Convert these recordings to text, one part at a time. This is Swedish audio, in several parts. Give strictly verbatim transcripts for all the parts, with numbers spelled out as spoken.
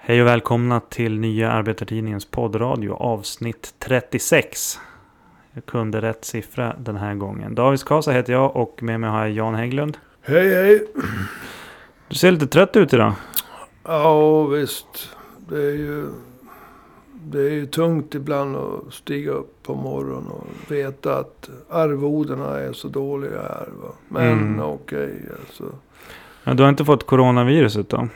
Hej och välkomna till Nya Arbetartidningens poddradio avsnitt trettiosex. Jag kunde rätt siffra den här gången. David Skasa heter jag och med mig har jag Jan Hägglund. Hej hej! Du ser lite trött ut idag. Ja visst, det är ju, det är ju tungt ibland att stiga upp på morgonen och veta att arvodena är så dåliga här. Va? Men Mm. okej okay, alltså. Ja, du har inte fått coronaviruset då?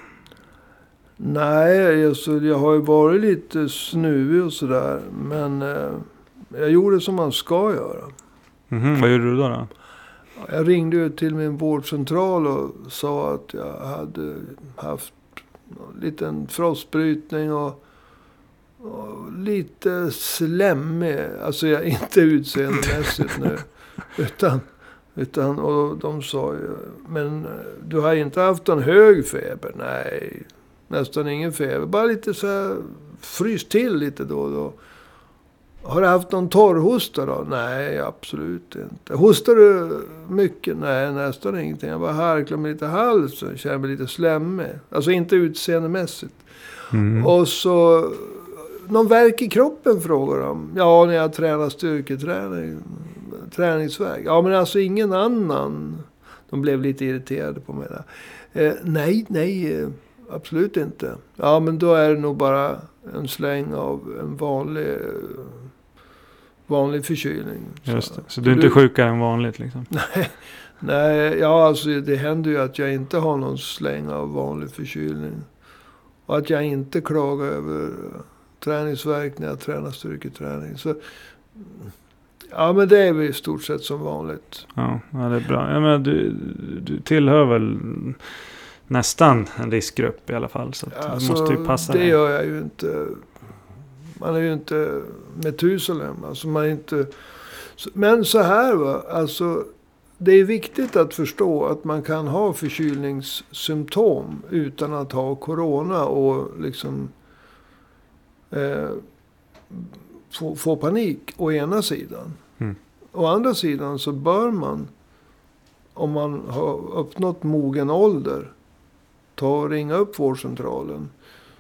Nej, alltså, jag har ju varit lite snuvig och sådär. Men eh, jag gjorde som man ska göra. Mm-hmm. Vad gjorde du då då? Jag ringde ju till min vårdcentral och sa att jag hade haft en liten frostbrytning och, och lite slemmig. Alltså jag är inte utseendemässigt nu. Utan, utan, och de sa ju, men du har inte haft en hög feber? Nej, nästan ingen feber. Bara lite så här, frys till lite då och då. Har du haft någon torrhosta då? Nej, absolut inte. Hostar du mycket? Nej, nästan ingenting. Jag bara harklar med lite hals och känner mig lite slemmig. Alltså inte utseendemässigt. Mm. Och så, någon värk i kroppen frågar de. Ja, när jag tränar styrketräning, träningsväg. Ja, men alltså ingen annan. De blev lite irriterade på mig där. Eh, nej, nej, absolut inte. Ja, men då är det nog bara en släng av en vanlig... vanlig förkylning. Just det. Så, så du är inte du... sjukare än vanligt liksom? Nej, nej, ja alltså det händer ju att jag inte har någon släng av vanlig förkylning. Och att jag inte klagar över träningsvärk när jag tränar styrketräning. Så, ja men det är väl i stort sett som vanligt. Ja, ja det är bra. Jag menar, du, du tillhör väl nästan en riskgrupp i alla fall. Så att alltså, du måste ju passa det dig. gör jag ju inte. Man är ju inte Metusalem. Alltså man är inte... Men så här va. Alltså, det är viktigt att förstå att man kan ha förkylningssymptom utan att ha corona och liksom eh, få, få panik å ena sidan. Mm. Å andra sidan så bör man, om man har uppnått mogen ålder, ta och ringa upp vårdcentralen.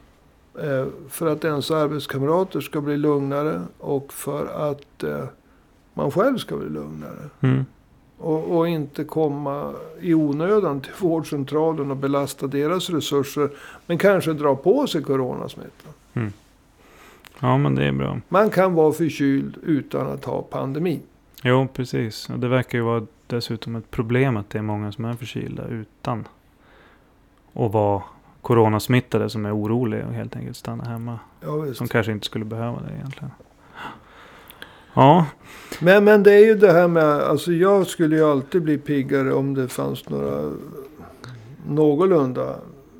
För att ens arbetskamrater ska bli lugnare och för att eh, man själv ska bli lugnare. Mm. Och, och inte komma i onödan till vårdcentralen och belasta deras resurser. Men kanske dra på sig coronasmittan. Mm. Ja, men det är bra. Man kan vara förkyld utan att ha pandemi. Jo, precis. Och det verkar ju vara dessutom ett problem att det är många som är förkylda utan att vara coronasmittade som är oroliga och helt enkelt stanna hemma. Ja, som kanske inte skulle behöva det egentligen. Ja. Men, men det är ju det här med, alltså jag skulle ju alltid bli piggare om det fanns några någorlunda.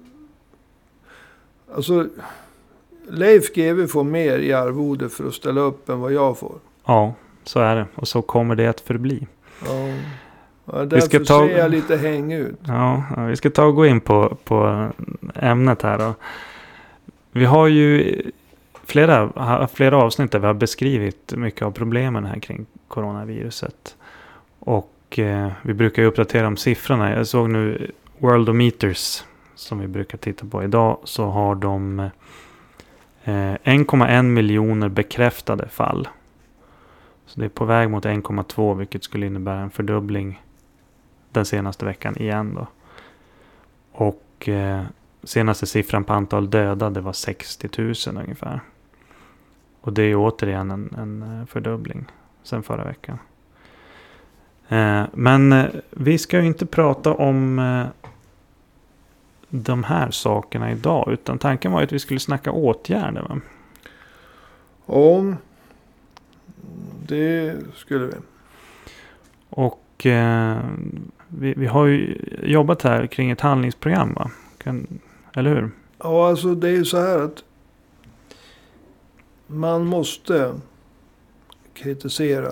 Alltså Leif G W får mer i arvode för att ställa upp än vad jag får. Ja, så är det. Och så kommer det att förbli. Ja. Ja, därför vi ska ta... ser jag lite häng ut. Ja, ja, vi ska ta och gå in på, på ämnet här då. Vi har ju flera, flera avsnitt där vi har beskrivit mycket av problemen här kring coronaviruset. Och eh, vi brukar ju uppdatera om siffrorna. Jag såg nu Worldometers som vi brukar titta på idag, så har de eh, en komma en miljoner bekräftade fall. Så det är på väg mot en komma två, vilket skulle innebära en fördubbling den senaste veckan igen då. Och eh, senaste siffran på antal döda, det var sextio tusen ungefär. Och det är återigen en, en fördubbling sen förra veckan. Eh, men eh, vi ska ju inte prata om eh, de här sakerna idag, utan tanken var att vi skulle snacka åtgärder, va? Om det skulle vi. Och eh, vi, vi har ju jobbat här kring ett handlingsprogram, va? Kan, eller hur? Ja, alltså det är ju så här att man måste kritisera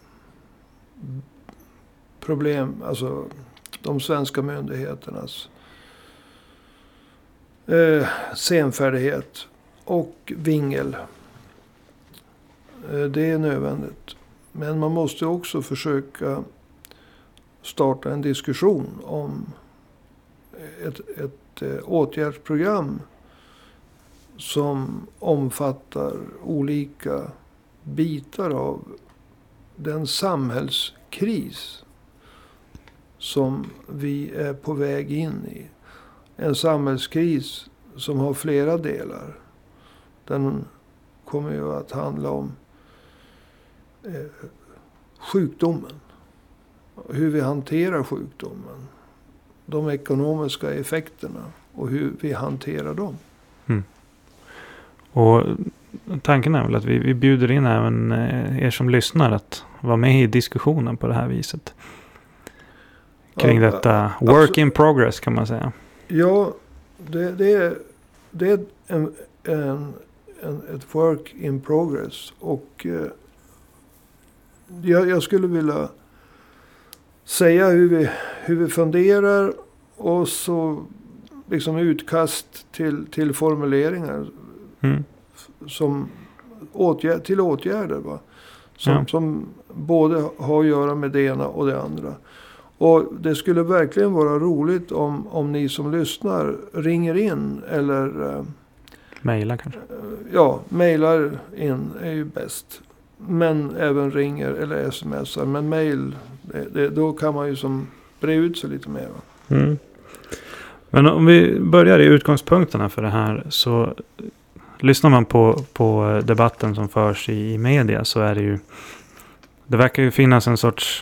problem, alltså de svenska myndigheternas eh, senfärdighet och vingel. Eh, det är nödvändigt. Men man måste också försöka starta en diskussion om ett, ett eh, åtgärdsprogram som omfattar olika bitar av den samhällskris som vi är på väg in i. En samhällskris som har flera delar. Den kommer ju att handla om eh, sjukdomen. Hur vi hanterar sjukdomen. De ekonomiska effekterna och hur vi hanterar dem. Mm. Och tanken är väl att vi, vi bjuder in även er som lyssnar att vara med i diskussionen på det här viset. Kring ja, detta work alltså, in progress kan man säga. Ja, det, det är, det är en, en, en, ett work in progress. Och eh, jag, jag skulle vilja säga hur vi, hur vi funderar och så liksom utkast till, till formuleringar mm. som åtgärd, till åtgärder. Va? Som, ja. som både har att göra med det ena och det andra. Och det skulle verkligen vara roligt om, om ni som lyssnar ringer in eller... Eh, mejlar kanske? Ja, mejlar in är ju bäst. Men även ringer eller smsar. Men mejl, det, det, då kan man ju som bre ut sig lite mer. Va? Mm. Men om vi börjar i utgångspunkterna för det här så lyssnar man på, på debatten som förs i, i media så är det ju... Det verkar ju finnas en sorts...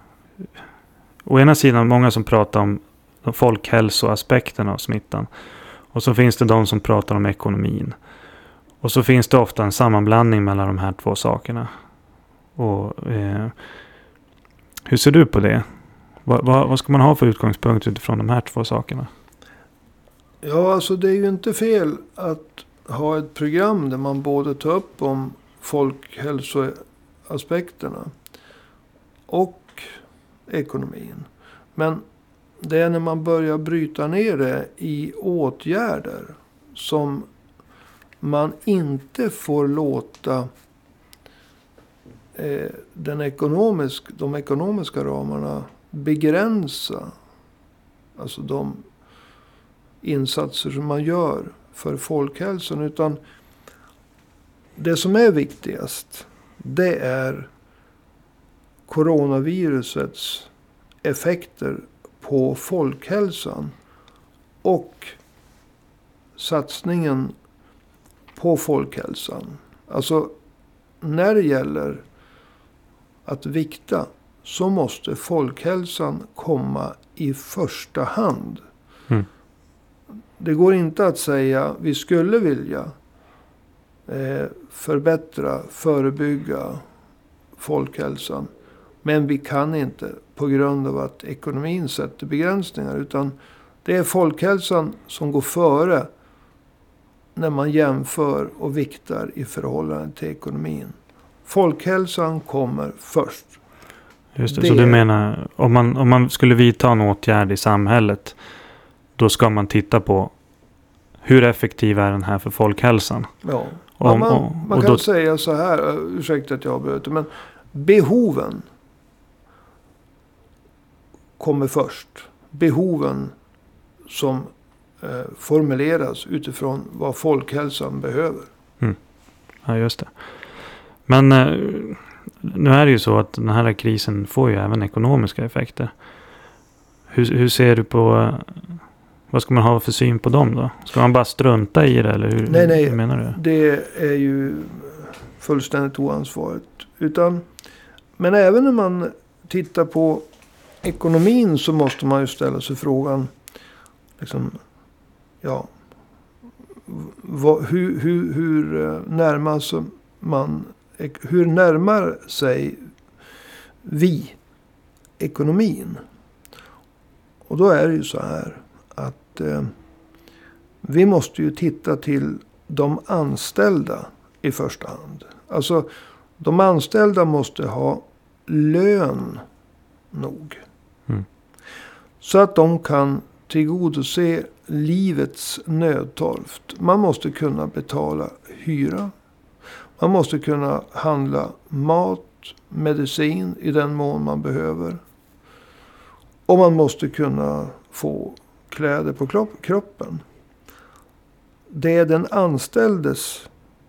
Å ena sidan många som pratar om folkhälsoaspekterna av smittan. Och så finns det de som pratar om ekonomin. Och så finns det ofta en sammanblandning mellan de här två sakerna. Och, eh, hur ser du på det? Va, va, vad ska man ha för utgångspunkt utifrån de här två sakerna? Ja, alltså det är ju inte fel att ha ett program där man både tar upp om folkhälsoaspekterna och ekonomin. Men det är när man börjar bryta ner det i åtgärder som man inte får låta eh, den ekonomisk, de ekonomiska ramarna begränsa alltså de insatser som man gör för folkhälsan. Utan det som är viktigast, det är coronavirusets effekter på folkhälsan och satsningen på folkhälsan. Alltså när det gäller att vikta så måste folkhälsan komma i första hand. Mm. Det går inte att säga vi skulle vilja eh, förbättra, förebygga folkhälsan. Men vi kan inte på grund av att ekonomin sätter begränsningar. Utan det är folkhälsan som går före när man jämför och viktar i förhållande till ekonomin. Folkhälsan kommer först. Just det, det så du menar om man, om man skulle vidta en åtgärd i samhället då ska man titta på hur effektiv är den här för folkhälsan? Ja, om, man, och, man och kan då... säga så här, ursäkta att jag avbryter, men behoven kommer först. Behoven som eh, formuleras utifrån vad folkhälsan behöver. Mm. Ja, just det. Men eh, nu är det ju så att den här krisen får ju även ekonomiska effekter. Hur, hur ser du på... Eh, vad ska man ha för syn på dem då? Ska man bara strunta i det eller hur, nej, nej, hur menar du? Det är ju fullständigt oansvarigt. Utan, men även när man tittar på ekonomin så måste man ju ställa sig frågan liksom, ja, vad, hur, hur, hur närmar man hur närmar sig vi ekonomin? Och då är det ju så här att eh, vi måste ju titta till de anställda i första hand. Alltså de anställda måste ha lön nog. Mm. Så att de kan tillgodose livets nödtorft. Man måste kunna betala hyra. Man måste kunna handla mat, medicin i den mån man behöver. Och man måste kunna få kläder på kroppen. det är den anställdes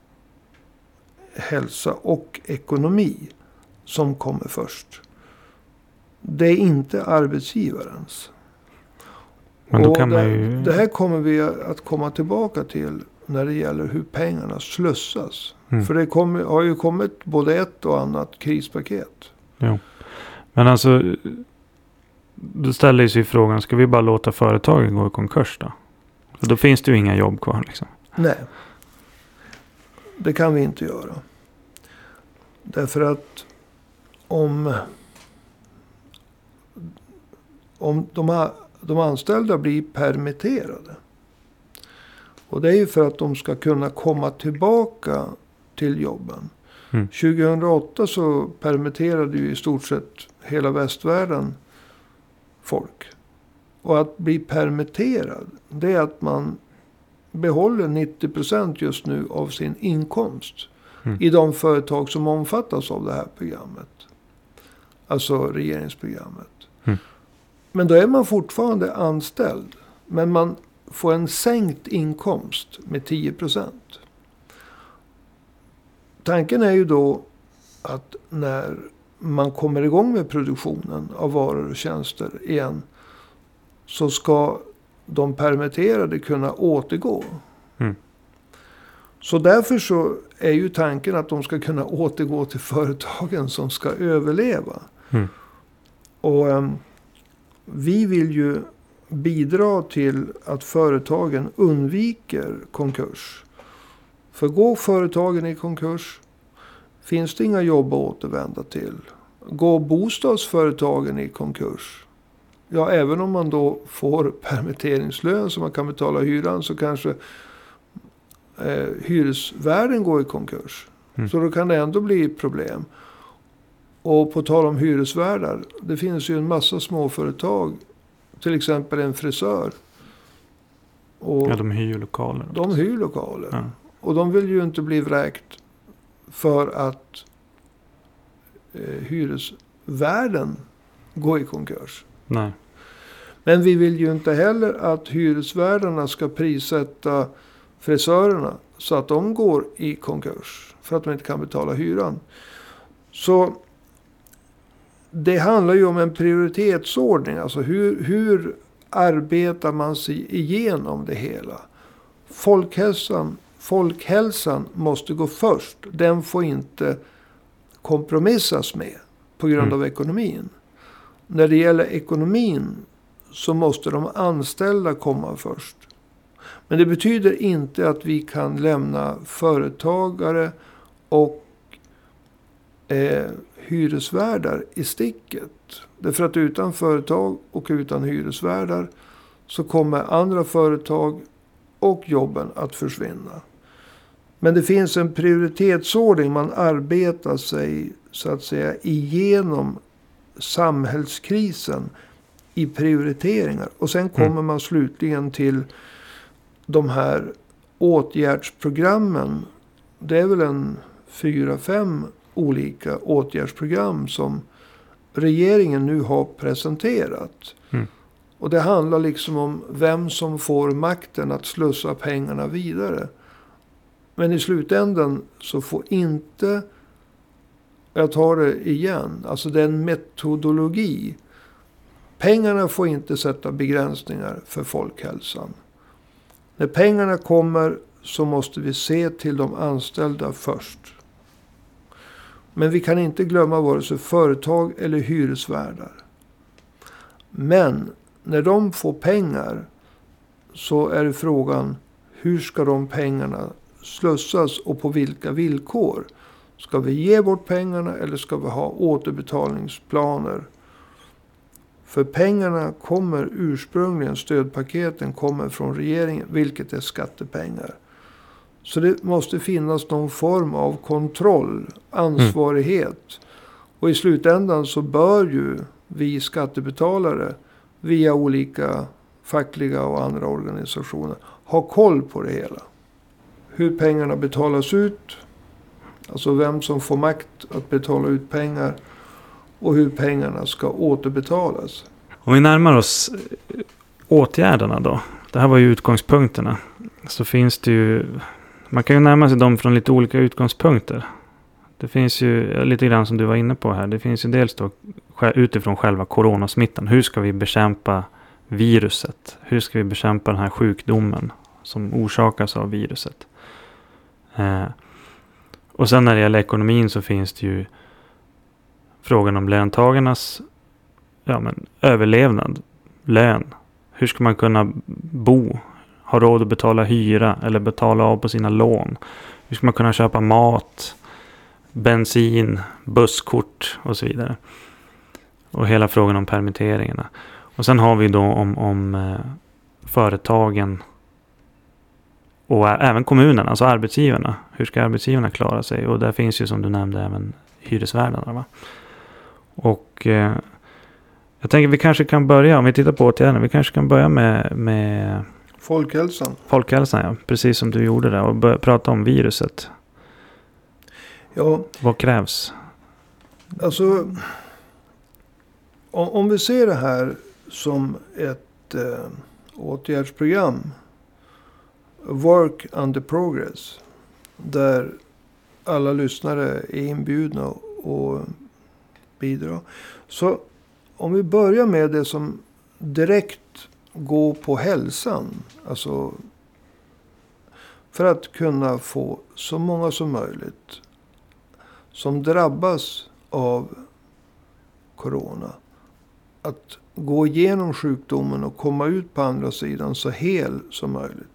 hälsa och ekonomi som kommer först. Det är inte arbetsgivarens. Men då och kan det, man ju... det här kommer vi att komma tillbaka till när det gäller hur pengarna slussas. Mm. För det kommer, har ju kommit både ett och annat krispaket. Jo. Men alltså, då ställer sig frågan, ska vi bara låta företagen gå i konkurs då? För då finns det ju inga jobb kvar liksom. Nej, det kan vi inte göra. Därför att om, om de, här, de anställda blir permitterade. Och det är ju för att de ska kunna komma tillbaka till jobben. Mm. tjugohundraåtta så permitterade ju i stort sett hela västvärlden folk. Och att bli permitterad, det är att man behåller nittio procent just nu av sin inkomst. Mm. I de företag som omfattas av det här programmet. Alltså regeringsprogrammet. Mm. Men då är man fortfarande anställd. Men man får en sänkt inkomst med tio procent. Tanken är ju då att när man kommer igång med produktionen av varor och tjänster igen, så ska de permitterade kunna återgå. Mm. Så därför så är ju tanken att de ska kunna återgå till företagen som ska överleva. Mm. Och um, vi vill ju bidra till att företagen undviker konkurs. För går företagen i konkurs, finns det inga jobb att återvända till. Går bostadsföretagen i konkurs, ja, även om man då får permitteringslön så man kan betala hyran, så kanske eh, hyresvärden går i konkurs. Mm. Så då kan det ändå bli problem. Och på tal om hyresvärdar, det finns ju en massa småföretag, till exempel en frisör. Och ja, de hyr lokaler. De hyr lokaler. Ja. Och de vill ju inte bli vräkt för att eh, hyresvärden går i konkurs. Nej. Men vi vill ju inte heller att hyresvärdarna ska prissätta frisörerna så att de går i konkurs för att de inte kan betala hyran. Så det handlar ju om en prioritetsordning. Alltså hur, hur arbetar man sig igenom det hela? Folkhälsan, folkhälsan måste gå först. Den får inte kompromissas med på grund mm. av ekonomin. När det gäller ekonomin så måste de anställda komma först. Men det betyder inte att vi kan lämna företagare och eh, hyresvärdar i sticket. Därför att utan företag och utan hyresvärdar så kommer andra företag och jobben att försvinna. Men det finns en prioritetsordning. Man arbetar sig så att säga igenom samhällskrisen i prioriteringar. Och sen kommer mm. man slutligen till de här åtgärdsprogrammen. Det är väl en fyra, fem olika åtgärdsprogram som regeringen nu har presenterat. Mm. Och det handlar liksom om vem som får makten att slussa pengarna vidare. Men i slutändan så får inte, jag tar det igen, alltså det är en metodologi. Pengarna får inte sätta begränsningar för folkhälsan. När pengarna kommer så måste vi se till de anställda först. Men vi kan inte glömma vare sig företag eller hyresvärdar. Men när de får pengar så är det frågan, hur ska de pengarna slussas och på vilka villkor? Ska vi ge bort pengarna eller ska vi ha återbetalningsplaner? För pengarna kommer ursprungligen, stödpaketen kommer från regeringen, vilket är skattepengar. Så det måste finnas någon form av kontroll, ansvarighet. Mm. Och i slutändan så bör ju vi skattebetalare via olika fackliga och andra organisationer ha koll på det hela. Hur pengarna betalas ut, alltså vem som får makt att betala ut pengar och hur pengarna ska återbetalas. Om vi närmar oss åtgärderna då. Det här var ju utgångspunkterna. Så finns det ju, man kan ju närma sig dem från lite olika utgångspunkter. Det finns ju lite grann som du var inne på här. Det finns ju dels då utifrån själva coronasmittan. Hur ska vi bekämpa viruset? Hur ska vi bekämpa den här sjukdomen som orsakas av viruset? Eh, och sen när det gäller ekonomin så finns det ju frågan om löntagarnas ja, men, överlevnad, lön. Hur ska man kunna bo? Ha råd att betala hyra eller betala av på sina lån? Hur ska man kunna köpa mat, bensin, busskort och så vidare? Och hela frågan om permitteringarna. Och sen har vi då om, om eh, företagen och ä- även kommunerna, alltså arbetsgivarna. Hur ska arbetsgivarna klara sig? Och där finns ju som du nämnde även hyresvärdarna, va? Och eh, jag tänker vi kanske kan börja, om vi tittar på åtgärderna, vi kanske kan börja med, med folkhälsan. Folkhälsan, ja. Precis som du gjorde där. Och börja prata om viruset. Ja. Vad krävs? Alltså, om, om vi ser det här som ett eh, åtgärdsprogram. Work under progress. Där alla lyssnare är inbjudna och bidra. Så om vi börjar med det som direkt går på hälsan. Alltså för att kunna få så många som möjligt som drabbas av corona att gå igenom sjukdomen och komma ut på andra sidan så hel som möjligt.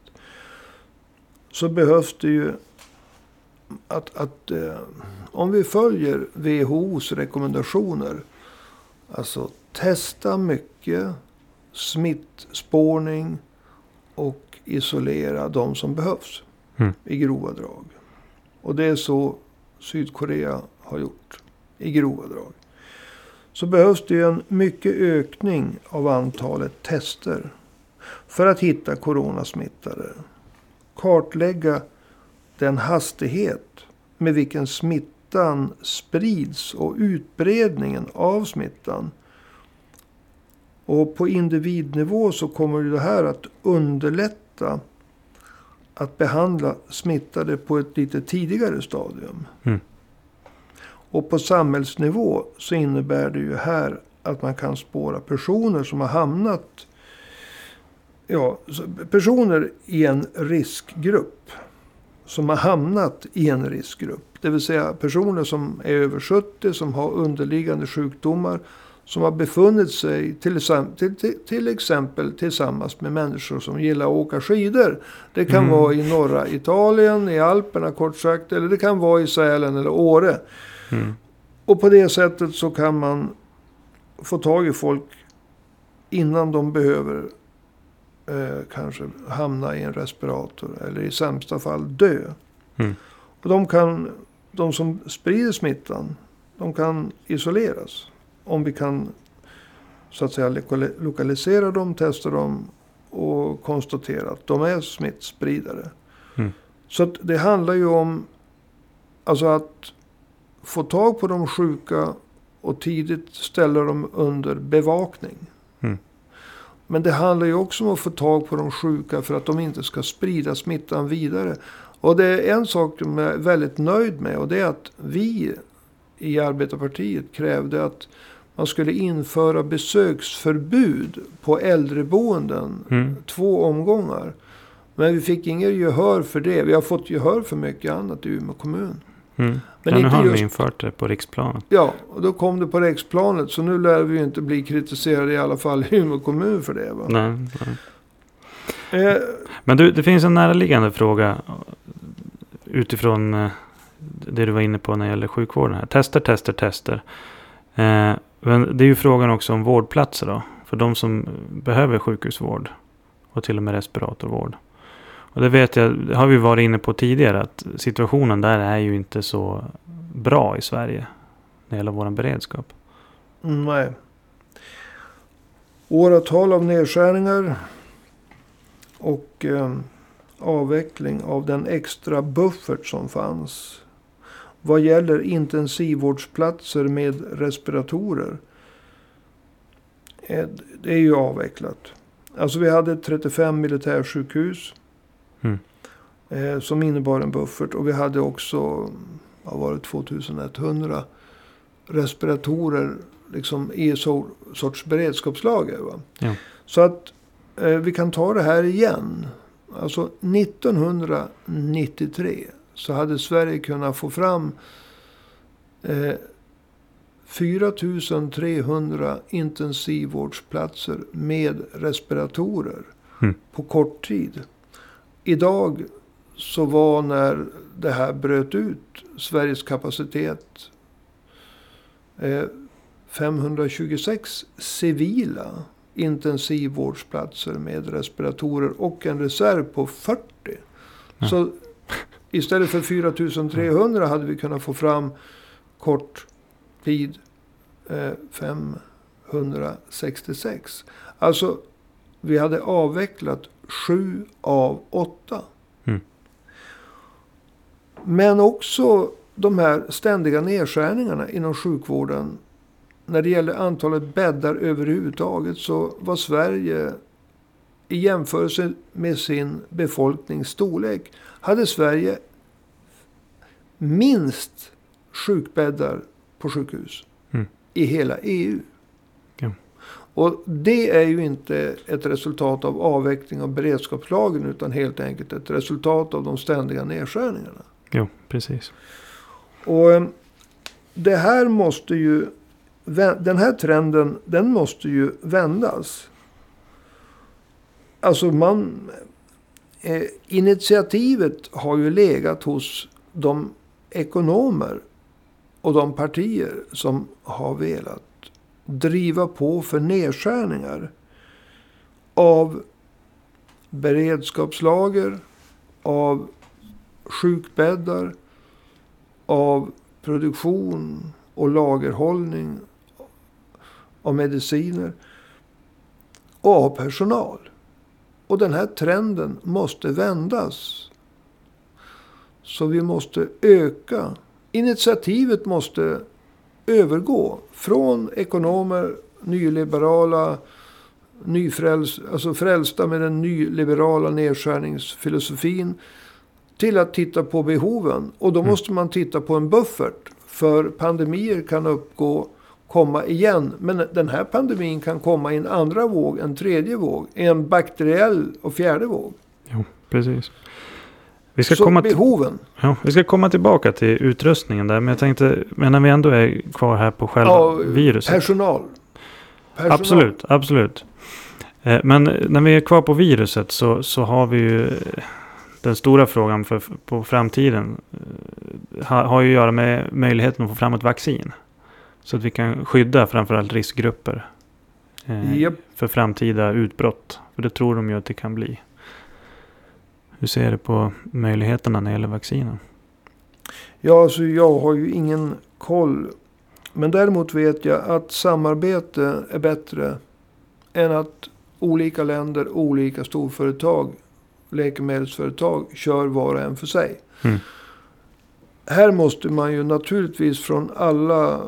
Så behövs det ju att, att eh, om vi följer W H O:s rekommendationer, alltså testa mycket, smittspårning och isolera de som behövs mm. i grova drag. Och det är så Sydkorea har gjort i grova drag. Så behövs det ju en mycket ökning av antalet tester för att hitta coronasmittade. Kartlägga den hastighet med vilken smittan sprids och utbredningen av smittan. Och på individnivå så kommer det här att underlätta att behandla smittade på ett lite tidigare stadium. Mm. Och på samhällsnivå så innebär det ju här att man kan spåra personer som har hamnat, ja, personer i en riskgrupp. Som har hamnat i en riskgrupp. Det vill säga personer som är över sjuttio, som har underliggande sjukdomar. Som har befunnit sig till, till, till, till exempel tillsammans med människor som gillar att åka skidor. Det kan mm. vara i norra Italien, i Alperna kort sagt. Eller det kan vara i Sälen eller Åre. Mm. Och på det sättet så kan man få tag i folk innan de behöver eh, kanske hamna i en respirator. Eller i sämsta fall dö. Mm. Och de, kan, de som sprider smittan, de kan isoleras. Om vi kan så att säga lokalisera dem, testa dem och konstatera att de är smittspridare. Mm. Så att det handlar ju om alltså att få tag på de sjuka och tidigt ställa dem under bevakning. Mm. Men det handlar ju också om att få tag på de sjuka för att de inte ska sprida smittan vidare. Och det är en sak som jag är väldigt nöjd med, och det är att vi i Arbetarpartiet krävde att man skulle införa besöksförbud på äldreboenden. Mm. Två omgångar. Men vi fick ingen gehör för det. Vi har fått gehör för mycket annat i Umeå kommun. Mm. Men ja, nu har just... vi infört det på riksplanet. Ja, och då kom det på riksplanet. Så nu lär vi ju inte bli kritiserade i alla fall i Umeå kommun för det. Va? Nej, nej. Eh, Men du, det finns en närliggande fråga utifrån eh, det du var inne på när det gäller sjukvården här. Tester, tester, tester. Eh, men det är ju frågan också om vårdplatser då. För de som behöver sjukhusvård och till och med respiratorvård. Och det vet jag, det har vi varit inne på tidigare, att situationen där är ju inte så bra i Sverige när det gäller vår beredskap. Mm, nej. Åratal av nedskärningar och eh, avveckling av den extra buffert som fanns. Vad gäller intensivvårdsplatser med respiratorer. Det är ju avvecklat. Alltså vi hade trettiofem militärsjukhus. Mm. Eh, som innebar en buffert. Och vi hade också, vad var det, tjugohundra respiratorer liksom i så, sorts beredskapslager. Va? Ja. Så att eh, vi kan ta det här igen. Alltså nittonhundranittiotre så hade Sverige kunnat få fram eh, fyra tusen trehundra intensivvårdsplatser med respiratorer mm. på kort tid. Idag så var, när det här bröt ut, Sveriges kapacitet eh, femhundratjugosex civila intensivvårdsplatser med respiratorer och en reserv på fyrtio. Ja. Så istället för fyra tusen trehundra hade vi kunnat få fram kort tid eh, femhundrasextiosex. Alltså vi hade avvecklat sju av åtta. Mm. Men också de här ständiga nedskärningarna inom sjukvården. När det gäller antalet bäddar överhuvudtaget så var Sverige i jämförelse med sin befolkningsstorlek hade Sverige minst sjukbäddar på sjukhus mm. i hela E U. Ja. Och det är ju inte ett resultat av avveckling av beredskapslagen utan helt enkelt ett resultat av de ständiga nedskärningarna. Jo, precis. Och eh, det här måste ju, den här trenden, den måste ju vändas. Alltså man, eh, initiativet har ju legat hos de ekonomer och de partier som har velat driva på för nedskärningar av beredskapslager, av sjukbäddar, av produktion och lagerhållning av mediciner och av personal. Och den här trenden måste vändas. Så vi måste öka. Initiativet måste övergå från ekonomer, nyliberala, nyfräls, alltså frälsta med den nyliberala nedskärningsfilosofin till att titta på behoven. Och då mm. måste man titta på en buffert. För pandemier kan uppgå, komma igen. Men den här pandemin kan komma i en andra våg, en tredje våg, en bakteriell och fjärde våg. Jo, precis. Vi ska Så komma behoven. Ja, vi ska komma tillbaka till utrustningen där. Men jag tänkte, men när vi ändå är kvar här på själva ja, viruset. Personal. personal. Absolut, absolut. Eh, men när vi är kvar på viruset så, så har vi ju den stora frågan för, på framtiden. Eh, har, har ju att göra med möjligheten att få fram ett vaccin. Så att vi kan skydda framförallt riskgrupper. Eh, yep. För framtida utbrott. För det tror de ju att det kan bli. Hur ser du på möjligheterna när det gäller vaccinen? Ja, alltså jag har ju ingen koll. Men däremot vet jag att samarbete är bättre än att olika länder, olika storföretag, läkemedelsföretag kör var och en för sig. Mm. Här måste man ju naturligtvis från alla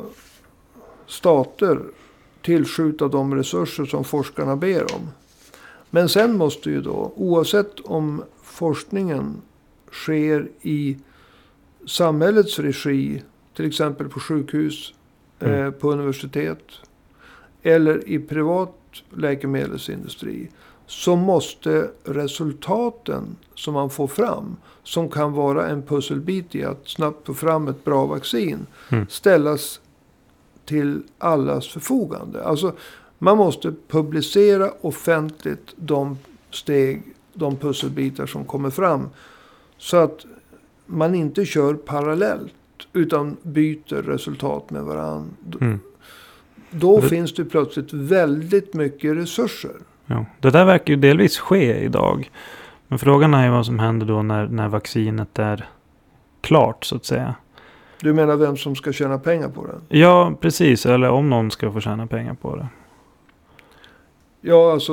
stater tillskjuta de resurser som forskarna ber om. Men sen måste ju då, oavsett om forskningen sker i samhällets regi, till exempel på sjukhus, mm. eh, på universitet eller i privat läkemedelsindustri, så måste resultaten som man får fram, som kan vara en pusselbit i att snabbt få fram ett bra vaccin, mm. ställas till allas förfogande. Alltså man måste publicera offentligt de steg, de pusselbitar som kommer fram. Så att man inte kör parallellt utan byter resultat med varandra. Mm. Då det... finns det plötsligt väldigt mycket resurser. Ja, det där verkar ju delvis ske idag. Men frågan är ju vad som händer då när, när vaccinet är klart så att säga. Du menar vem som ska tjäna pengar på det? Ja, precis. Eller om någon ska få tjäna pengar på det. Ja, alltså...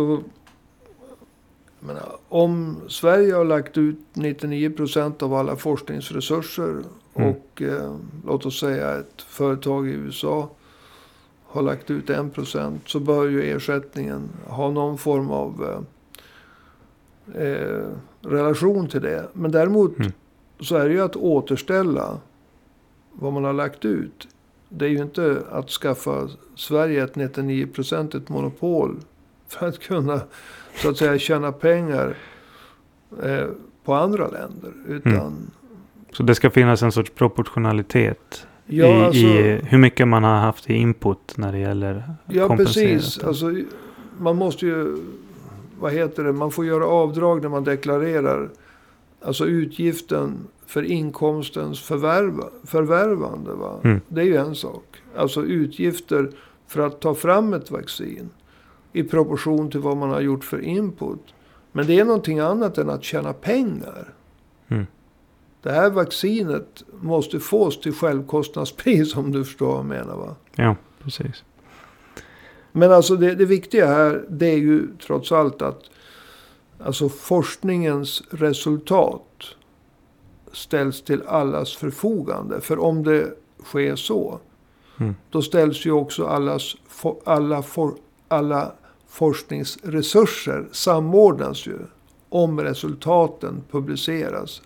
Jag menar, om Sverige har lagt ut nittionio procent av alla forskningsresurser mm. och eh, låt oss säga ett företag i U S A har lagt ut en procent så bör ju ersättningen ha någon form av eh, eh, relation till det. Men däremot mm. så är det ju att återställa vad man har lagt ut. Det är ju inte att skaffa Sverige ett nittionio procent monopol för att kunna så att säga tjäna pengar eh, på andra länder. Utan, mm. Så det ska finnas en sorts proportionalitet ja, i, alltså, i hur mycket man har haft i input när det gäller ja, precis. Alltså, man måste ju, vad heter det, man får göra avdrag när man deklarerar. Alltså utgiften för inkomstens förvärva, förvärvande. Va? Mm. Det är ju en sak. Alltså utgifter för att ta fram ett vaccin i proportion till vad man har gjort för input. Men det är någonting annat än att tjäna pengar. Mm. Det här vaccinet måste fås till självkostnadspris, om du förstår vad jag menar, va? Ja, precis. Men alltså det, det viktiga här, det är ju trots allt att alltså forskningens resultat ställs till allas förfogande. För om det sker så, mm. då ställs ju också allas, alla, for, alla forskningsresurser samordnas ju om resultaten publiceras.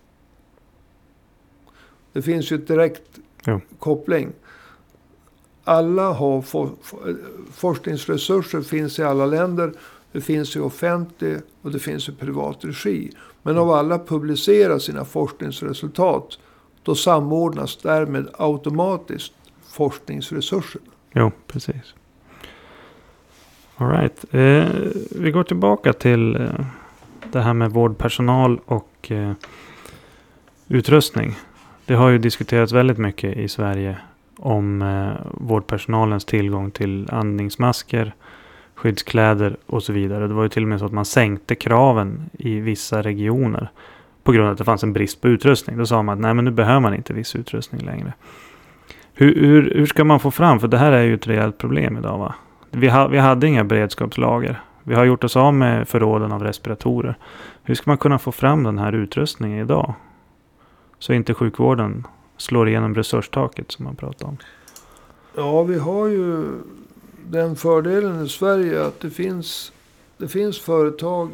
Det finns ju ett direkt ja. koppling. Alla har for, for, forskningsresurser finns i alla länder. Det finns i offentlig och det finns i privat regi. Men om alla publicerar sina forskningsresultat, då samordnas därmed automatiskt forskningsresurserna. Jo, precis. All right. Eh, vi går tillbaka till eh, det här med vårdpersonal och eh, utrustning. Det har ju diskuterats väldigt mycket i Sverige om eh, vårdpersonalens tillgång till andningsmasker, skyddskläder och så vidare. Det var ju till och med så att man sänkte kraven i vissa regioner på grund av att det fanns en brist på utrustning. Då sa man att nej, men nu behöver man inte viss utrustning längre. Hur, hur, hur ska man få fram? För det här är ju ett rejält problem idag, va? Vi, ha, vi hade inga beredskapslager. Vi har gjort oss av med förråden av respiratorer. Hur ska man kunna få fram den här utrustningen idag? Så inte sjukvården slår igenom resurstaket som man pratar om. Ja, vi har ju den fördelen i Sverige att det finns, det finns företag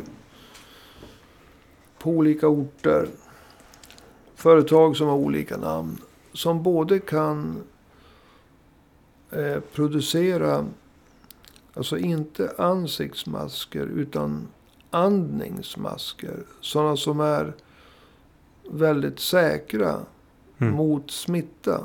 på olika orter. Företag som har olika namn. Som både kan eh, producera, alltså inte ansiktsmasker utan andningsmasker. Sådana som är väldigt säkra mm. mot smitta.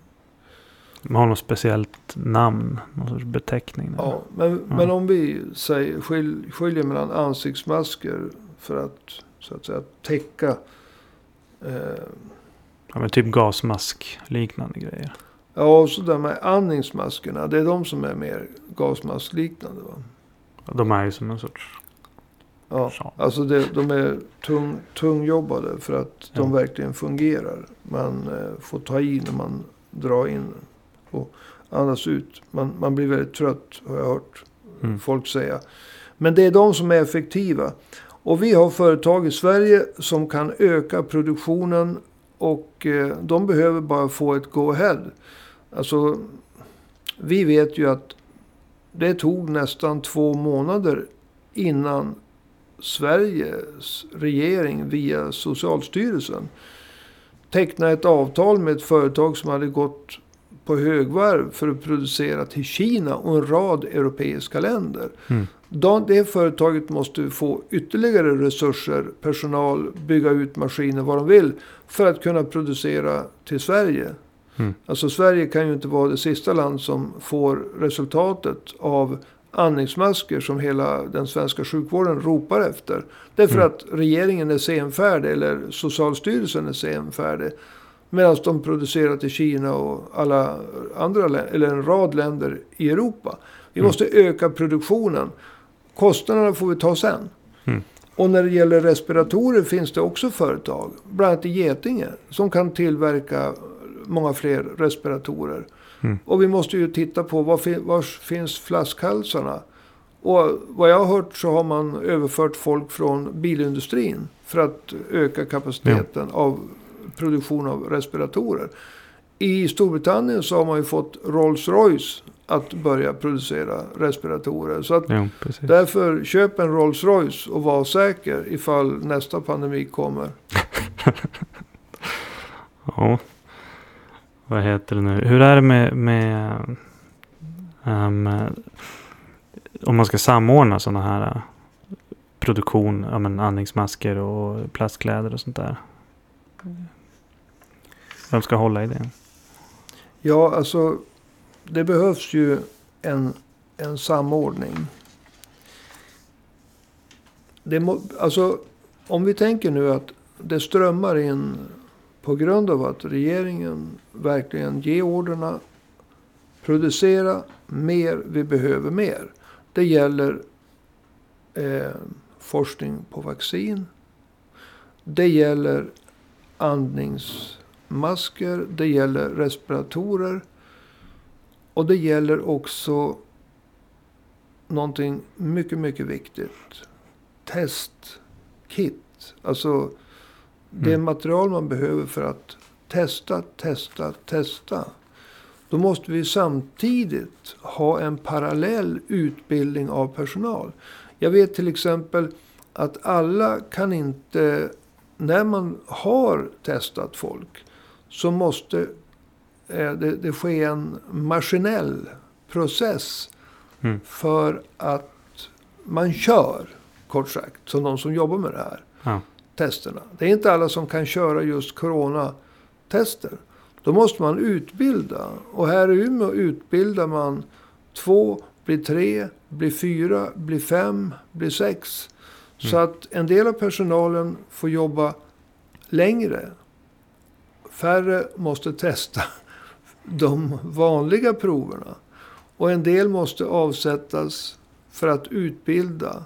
De har något speciellt namn, någon sorts beteckning. Ja, men, ja. men om vi säger, skil, skiljer mellan ansiktsmasker för att så att säga täcka eh, ja, men typ gasmask liknande grejer. Ja, och så där med andningsmaskerna, det är de som är mer gasmaskliknande, va? Ja, de är ju som en sorts ja, så. Alltså det, de är tung, tungjobbade för att de ja. verkligen fungerar. Man eh, får ta i när man drar in och andas ut. Man, man blir väldigt trött, har jag hört mm. folk säga. Men det är de som är effektiva. Och vi har företag i Sverige som kan öka produktionen och eh, de behöver bara få ett go-ahead. Alltså, vi vet ju att det tog nästan två månader innan Sveriges regering via Socialstyrelsen tecknade ett avtal med ett företag som hade gått på högvarv för att producera till Kina och en rad europeiska länder. Mm. Det företaget måste få ytterligare resurser, personal, bygga ut maskiner, vad de vill, för att kunna producera till Sverige. Mm. Alltså Sverige kan ju inte vara det sista land som får resultatet av andningsmasker som hela den svenska sjukvården ropar efter. Därför mm. att regeringen är senfärdig eller Socialstyrelsen är senfärdig. Medan de producerar till Kina och alla andra eller en rad länder i Europa. Vi mm. måste öka produktionen. Kostnaderna får vi ta sen. Mm. Och när det gäller respiratorer finns det också företag, bland annat i Getinge, som kan tillverka många fler respiratorer. Mm. Och vi måste ju titta på var, fin- var finns flaskhalsarna. Och vad jag har hört så har man överfört folk från bilindustrin för att öka kapaciteten ja. av produktion av respiratorer. I Storbritannien så har man ju fått Rolls-Royce att börja producera respiratorer. Så att Jo, därför köp en Rolls-Royce och var säker ifall nästa pandemi kommer. Ja. Vad heter det nu? Hur är det med, med um, om man ska samordna sådana här uh, produktion, ja, men andningsmasker och plastkläder och sånt där? Vem ska hålla i det? Ja, alltså det behövs ju en, en samordning. Det må, alltså om vi tänker nu att det strömmar in på grund av att regeringen verkligen ger orderna, producera mer, vi behöver mer. Det gäller eh, forskning på vaccin. Det gäller andningsmasker. Det gäller respiratorer. Och det gäller också någonting mycket, mycket viktigt. Testkit. Alltså det Mm. material man behöver för att testa, testa, testa. Då måste vi samtidigt ha en parallell utbildning av personal. Jag vet till exempel att alla kan inte, när man har testat folk, så måste eh, det, det ske en maskinell process Mm. för att man kör, kort sagt, som de som jobbar med det här. Ja. Testerna. Det är inte alla som kan köra just coronatester. Då måste man utbilda. Och här i Umeå utbildar man två, blir tre, blir fyra, blir fem, blir sex. Mm. Så att en del av personalen får jobba längre. Färre måste testa de vanliga proverna. Och en del måste avsättas för att utbilda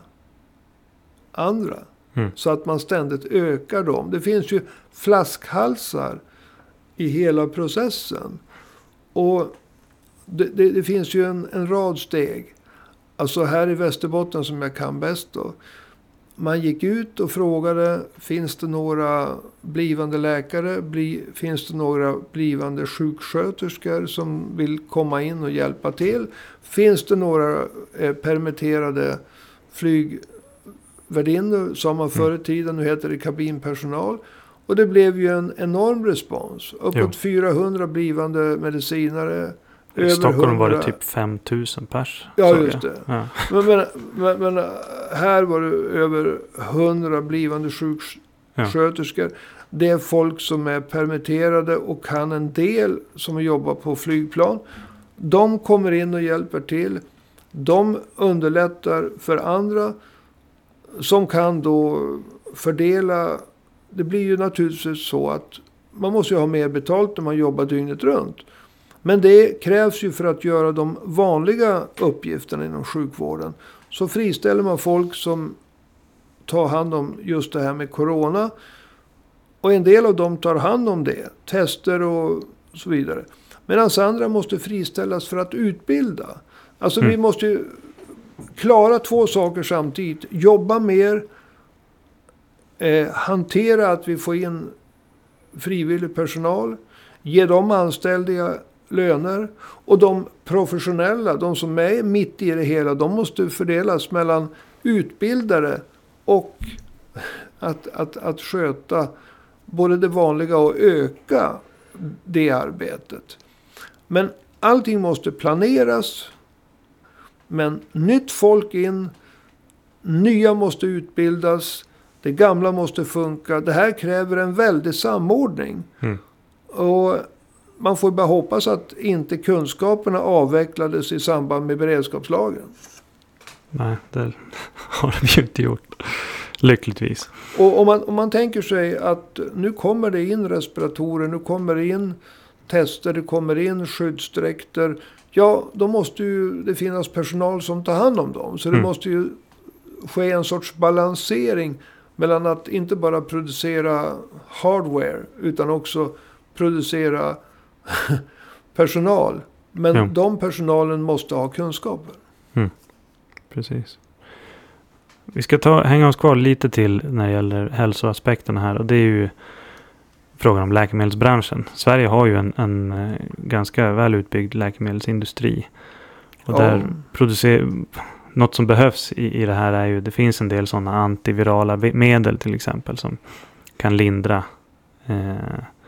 andra. Mm. Så att man ständigt ökar dem. Det finns ju flaskhalsar i hela processen. Och det, det, det finns ju en, en rad steg. Alltså här i Västerbotten som jag kan bäst då. Man gick ut och frågade, finns det några blivande läkare? Bli, finns det några blivande sjuksköterskor som vill komma in och hjälpa till? Finns det några eh, permitterade flygvärdinnor som man förr i tiden, nu heter det kabinpersonal. Och det blev ju en enorm respons. Uppåt jo. fyrahundra blivande medicinare. I Stockholm var det typ fem tusen pers. Ja, just det. Ja. Men, men, men, men här var det över hundra blivande sjuksköterskor. Ja. Det är folk som är permitterade och kan en del som jobbar på flygplan. De kommer in och hjälper till. De underlättar för andra som kan då fördela. Det blir ju naturligtvis så att man måste ju ha mer betalt när man jobbar dygnet runt. Men det krävs ju för att göra de vanliga uppgifterna inom sjukvården. Så friställer man folk som tar hand om just det här med corona. Och en del av dem tar hand om det. Tester och så vidare. Medan andra måste friställas för att utbilda. Alltså mm. vi måste ju klara två saker samtidigt. Jobba mer. Eh, hantera att vi får in frivillig personal. Ge dem anställda löner. Och de professionella, de som är mitt i det hela, de måste fördelas mellan utbildare och att, att, att sköta både det vanliga och öka det arbetet. Men allting måste planeras. Men nytt folk in. Nya måste utbildas. Det gamla måste funka. Det här kräver en väldig samordning. Mm. Och man får bara hoppas att inte kunskaperna avvecklades i samband med beredskapslagen. Nej, det har de ju inte gjort. Lyckligtvis. Och om man, om man tänker sig att nu kommer det in respiratorer, nu kommer det in tester, det kommer in skyddsdräkter. Ja, då måste ju det finnas personal som tar hand om dem. Så det mm. måste ju ske en sorts balansering mellan att inte bara producera hardware utan också producera personal. Men ja. de personalen måste ha kunskaper. Mm. Precis. Vi ska ta, hänga oss kvar lite till när det gäller hälsoaspekterna här. Och det är ju frågan om läkemedelsbranschen. Sverige har ju en, en eh, ganska väl utbyggd läkemedelsindustri. Och Ja. där producerar... Något som behövs i, i det här är ju, det finns en del sådana antivirala vi- medel till exempel som kan lindra eh,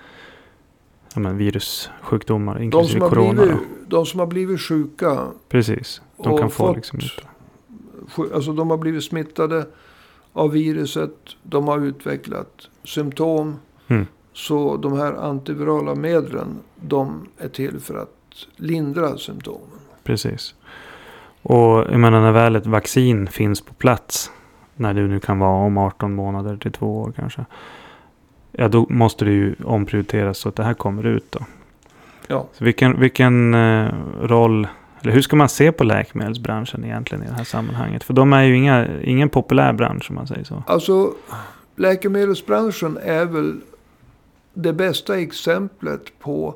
ja, men virussjukdomar, De inklusive som, har corona. blivit, Då. de som har blivit sjuka, Precis, de och kan få fått- liksom inte. sju- alltså de har blivit smittade av viruset, de har utvecklat symptom. Mm. Så de här antivirala medlen, de är till för att lindra symptomen. Precis. Och jag menar när väl ett vaccin finns på plats, när det nu kan vara om arton månader till två år kanske, ja då måste det ju omprioriteras så att det här kommer ut då. Ja. Så vilken, vilken eh, roll, eller hur ska man se på läkemedelsbranschen egentligen i det här sammanhanget? För de är ju inga, ingen populär bransch om man säger så. Alltså, läkemedelsbranschen är väl det bästa exemplet på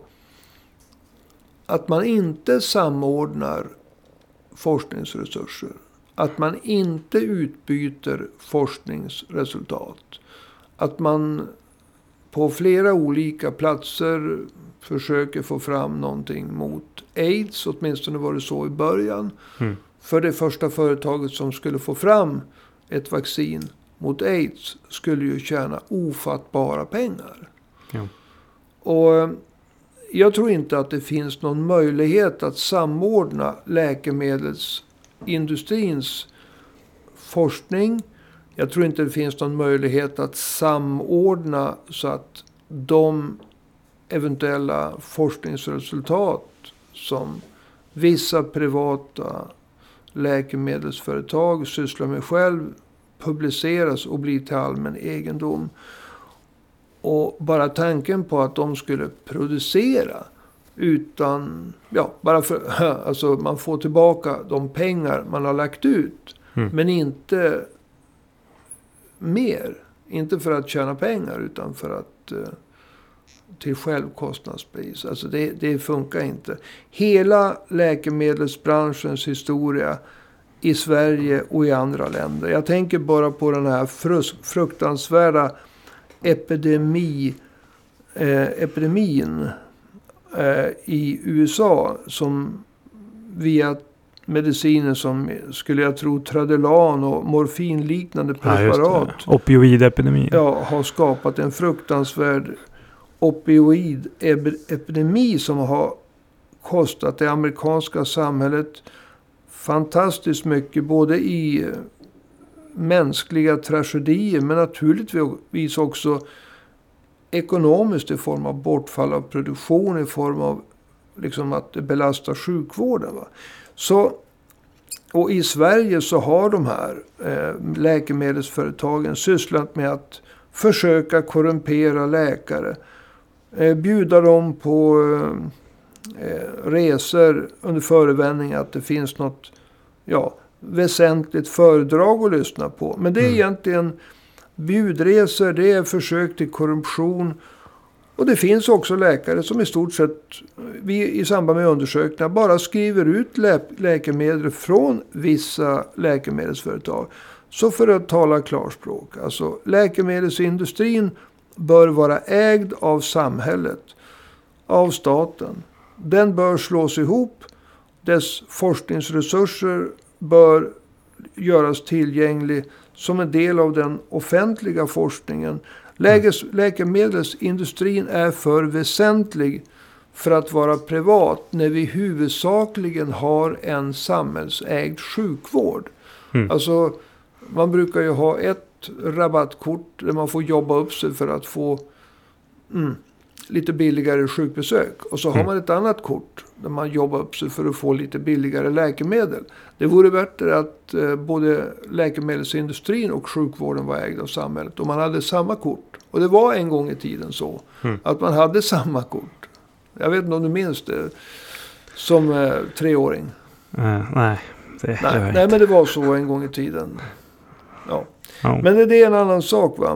att man inte samordnar forskningsresurser. Att man inte utbyter forskningsresultat. Att man på flera olika platser försöker få fram någonting mot AIDS. Åtminstone var det så i början. Mm. För det första företaget som skulle få fram ett vaccin mot AIDS skulle ju tjäna ofattbara pengar. Ja. Och jag tror inte att det finns någon möjlighet att samordna läkemedelsindustrins forskning. Jag tror inte det finns någon möjlighet att samordna så att de eventuella forskningsresultat som vissa privata läkemedelsföretag sysslar med själv publiceras och blir till allmän egendom. Och bara tanken på att de skulle producera utan, ja, bara för, alltså man får tillbaka de pengar man har lagt ut. Mm. Men inte mer. Inte för att tjäna pengar utan för att eh, till självkostnadspris. Alltså det, det funkar inte. Hela läkemedelsbranschens historia i Sverige och i andra länder. Jag tänker bara på den här frus, fruktansvärda epidemi, eh, epidemin eh, i U S A som via mediciner som skulle jag tro Tradelan och morfinliknande preparat ja, opioidepidemi. Ja, har skapat en fruktansvärd opioidepidemi som har kostat det amerikanska samhället fantastiskt mycket, både i mänskliga tragedier men naturligtvis också ekonomiskt i form av bortfall av produktion, i form av liksom att det belastar sjukvården. Va? Så, och i Sverige så har de här eh, läkemedelsföretagen sysslat med att försöka korrumpera läkare. Eh, bjuda dem på eh, resor under förevändning att det finns något ja, väsentligt föredrag att lyssna på. Men det är mm. egentligen bjudresor, det är försök till korruption. Och det finns också läkare som i stort sett vi, i samband med undersökningar bara skriver ut lä- läkemedel från vissa läkemedelsföretag. Så för att tala klarspråk, alltså läkemedelsindustrin bör vara ägd av samhället, av staten. Den bör slås ihop, dess forskningsresurser bör göras tillgänglig som en del av den offentliga forskningen. Läges, läkemedelsindustrin är för väsentlig för att vara privat när vi huvudsakligen har en samhällsägd sjukvård. Mm. Alltså, man brukar ju ha ett rabattkort där man får jobba upp sig för att få mm, lite billigare sjukbesök. Och så mm. har man ett annat kort där man jobbar upp sig för att få lite billigare läkemedel. Det vore bättre att eh, både läkemedelsindustrin och sjukvården var ägd av samhället. Och man hade samma kort. Och det var en gång i tiden så. Mm. Att man hade samma kort. Jag vet inte om du minns det. Som eh, treåring. Uh, nej, det nej, nej, men det var så en gång i tiden. Ja. Oh. Men det, det är en annan sak, va.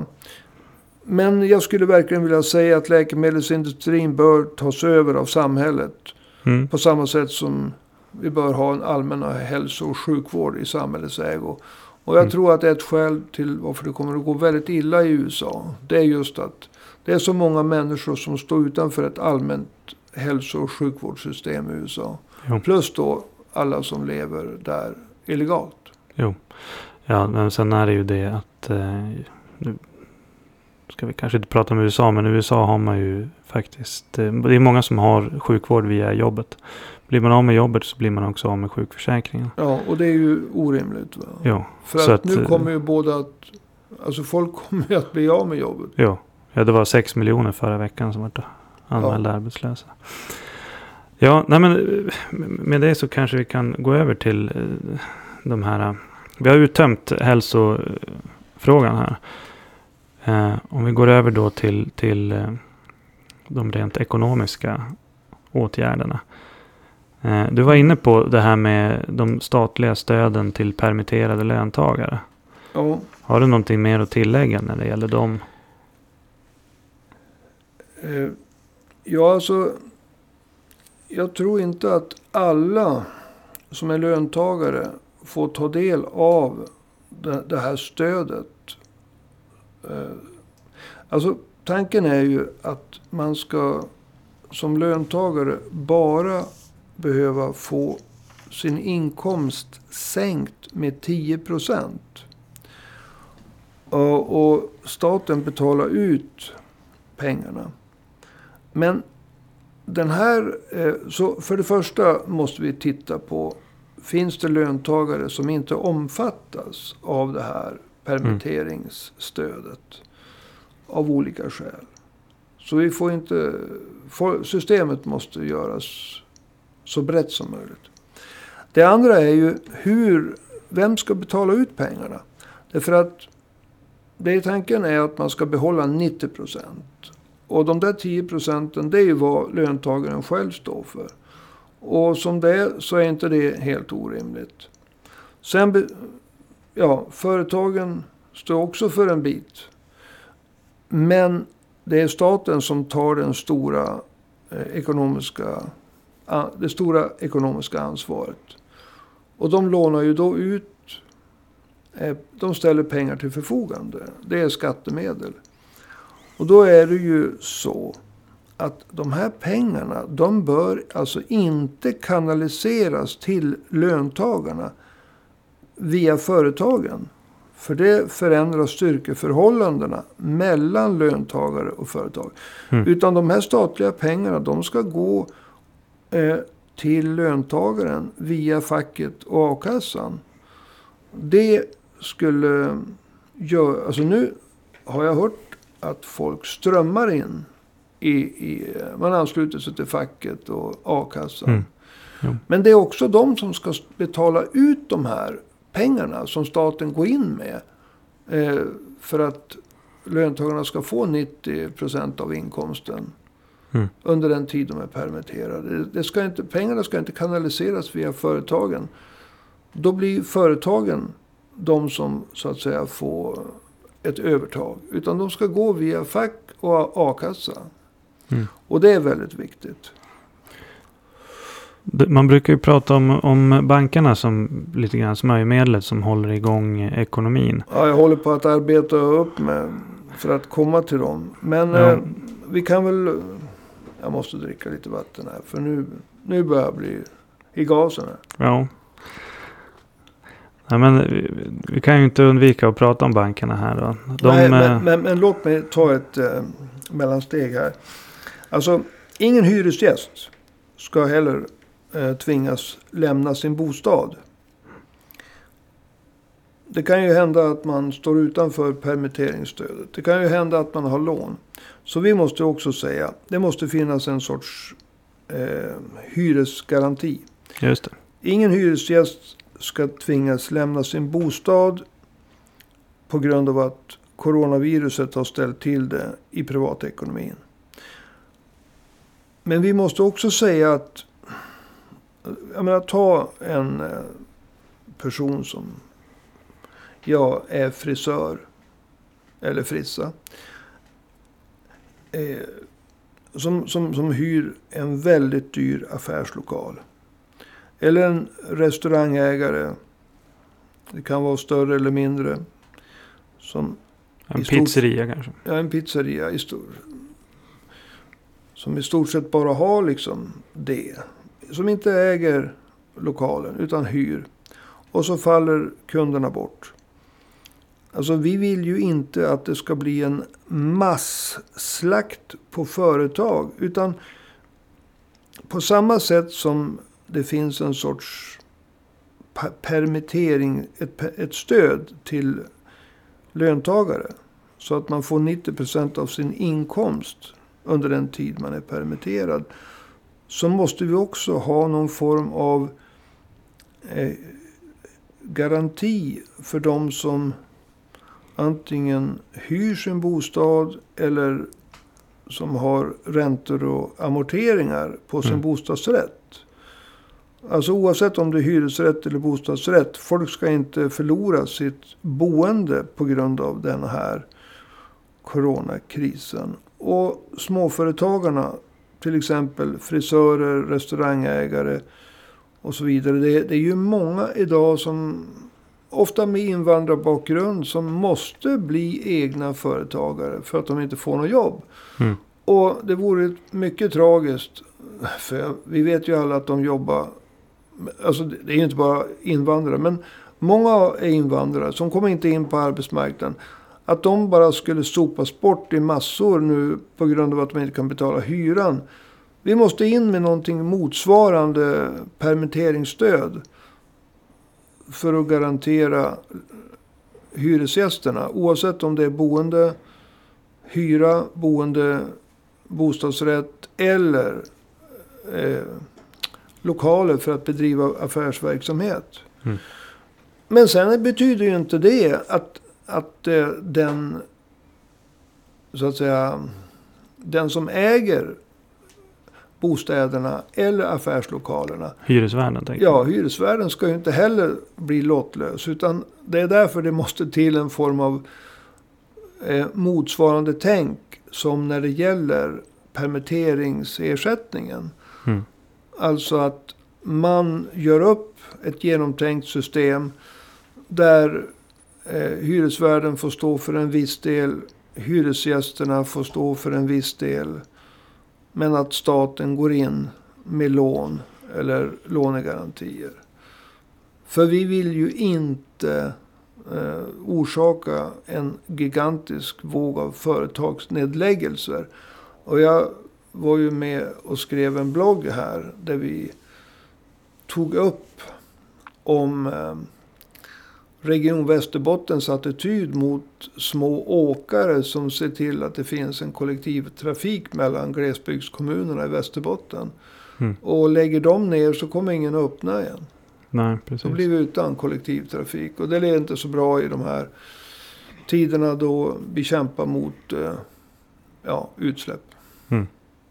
Men jag skulle verkligen vilja säga att läkemedelsindustrin bör tas över av samhället. Mm. På samma sätt som vi bör ha en allmän hälso- och sjukvård i samhällets ägo. Och jag mm. tror att ett skäl till varför det kommer att gå väldigt illa i U S A. Det är just att Det är så många människor som står utanför ett allmänt hälso- och sjukvårdssystem i U S A. Jo. Plus då alla som lever där illegalt. Jo. Ja, men sen är det ju det att eh, nu ska vi kanske inte prata om U S A, men i U S A har man ju faktiskt, eh, det är många som har sjukvård via jobbet. Blir man av med jobbet så blir man också av med sjukförsäkringen. Ja, och det är ju orimligt. Va? Jo. För Så att, att nu kommer ju både att, alltså folk kommer ju att bli av med jobbet. Jo. Ja, det var sex miljoner förra veckan som var anmälda Ja. arbetslösa. Ja, nej men med det så kanske vi kan gå över till eh, de här. Vi har uttömt hälsofrågan här. Eh, om vi går över då till, till eh, de rent ekonomiska åtgärderna. Eh, du var inne på det här med de statliga stöden till permitterade löntagare. Ja. Har du någonting mer att tillägga när det gäller dem? Eh, ja, alltså. Jag tror inte att alla som är löntagare får ta del av det, det här stödet. Eh, alltså tanken är ju att man ska som löntagare bara behöva få sin inkomst sänkt med tio procent. Och, och staten betalar ut pengarna. Men den här, så för det första måste vi titta på, finns det löntagare som inte omfattas av det här permitteringsstödet av olika skäl. Så vi får inte, systemet måste göras så brett som möjligt. Det andra är ju hur, vem ska betala ut pengarna? Därför att det tanken är att man ska behålla nittio procent. Och de där tio procenten, det är ju vad löntagaren själv står för. Och som det är så är inte det helt orimligt. Sen, ja, företagen står också för en bit. Men det är staten som tar den stora eh, ekonomiska, det stora ekonomiska ansvaret. Och de lånar ju då ut, eh, de ställer pengar till förfogande. Det är skattemedel. Och då är det ju så att de här pengarna, de bör alltså inte kanaliseras till löntagarna via företagen. För det förändrar styrkeförhållandena mellan löntagare och företag. Mm. Utan de här statliga pengarna, de ska gå eh, till löntagaren via facket och a-kassan. Det skulle göra, alltså nu har jag hört att folk strömmar in i, i man ansluter sig till facket och a-kassan. Mm. Ja. Men det är också de som ska betala ut de här pengarna som staten går in med. Eh, för att löntagarna ska få nittio procent av inkomsten. Mm. Under den tid de är permitterade. Det ska inte, pengarna ska inte kanaliseras via företagen. Då blir företagen de som så att säga får ett övertag. Utan de ska gå via fack och a-kassa. Mm. Och det är väldigt viktigt. Man brukar ju prata om, om bankerna som lite grann smörjmedlet som håller igång ekonomin. Ja, jag håller på att arbeta upp med för att komma till dem. Men ja. eh, vi kan väl... Jag måste dricka lite vatten här. För nu, nu börjar jag bli i gasen här. Ja. Ja, men vi, vi kan ju inte undvika att prata om bankerna här då. De, Nej, men, men, men låt mig ta ett eh, mellansteg här. Alltså, ingen hyresgäst ska heller eh, tvingas lämna sin bostad. Det kan ju hända att man står utanför permitteringsstödet. Det kan ju hända att man har lån. Så vi måste också säga, det måste finnas en sorts eh, hyresgaranti. Just det. Ingen hyresgäst ska tvingas lämna sin bostad på grund av att coronaviruset har ställt till det i privatekonomin. Men vi måste också säga att, jag menar, ta en person som jag är frisör eller frissa. Eh, som, som, som hyr en väldigt dyr affärslokal. Eller en restaurangägare. Det kan vara större eller mindre. Som En pizzeria stort, kanske? Ja, en pizzeria i stor, som i stort sett bara har liksom det. Som inte äger lokalen utan hyr. Och så faller kunderna bort. Alltså vi vill ju inte att det ska bli en masslakt på företag. Utan på samma sätt som det finns en sorts permittering, ett, ett stöd till löntagare. Så att man får nittio procent av sin inkomst under den tid man är permitterad. Så måste vi också ha någon form av eh, garanti för de som antingen hyr sin bostad eller som har räntor och amorteringar på sin mm. bostadsrätt. Alltså oavsett om det är hyresrätt eller bostadsrätt. Folk ska inte förlora sitt boende på grund av den här coronakrisen. Och småföretagarna, till exempel frisörer, restaurangägare och så vidare. Det, det är ju många idag som, ofta med invandrarbakgrund, som måste bli egna företagare för att de inte får något jobb. Mm. Och det vore mycket tragiskt, för vi vet ju alla att de jobbar, alltså det är ju inte bara invandrare, men många är invandrare som kommer inte in på arbetsmarknaden. Att de bara skulle sopas bort i massor nu på grund av att de inte kan betala hyran. Vi måste in med någonting motsvarande permitteringsstöd för att garantera hyresgästerna. Oavsett om det är boende, hyra, boende, bostadsrätt eller eh, lokaler för att bedriva affärsverksamhet. Mm. Men sen betyder ju inte det att att eh, den så att säga den som äger bostäderna eller affärslokalerna, hyresvärden tänker jag. Ja, hyresvärden ska ju inte heller bli lottlös, utan det är därför det måste till en form av eh, motsvarande tänk som när det gäller permitteringsersättningen. Mm. Alltså att man gör upp ett genomtänkt system där Eh, hyresvärden får stå för en viss del. Hyresgästerna får stå för en viss del. Men att staten går in med lån eller lånegarantier. För vi vill ju inte eh, orsaka en gigantisk våg av företagsnedläggelser. Och jag var ju med och skrev en blogg här där vi tog upp om eh, Region Västerbottens attityd mot små åkare som ser till att det finns en kollektivtrafik mellan glesbygdskommunerna i Västerbotten. Mm. Och lägger de ner så kommer ingen att öppna igen. Nej, precis. Då blir vi utan kollektivtrafik. Och det är inte så bra i de här tiderna då vi kämpar mot eh, ja, utsläpp. Mm.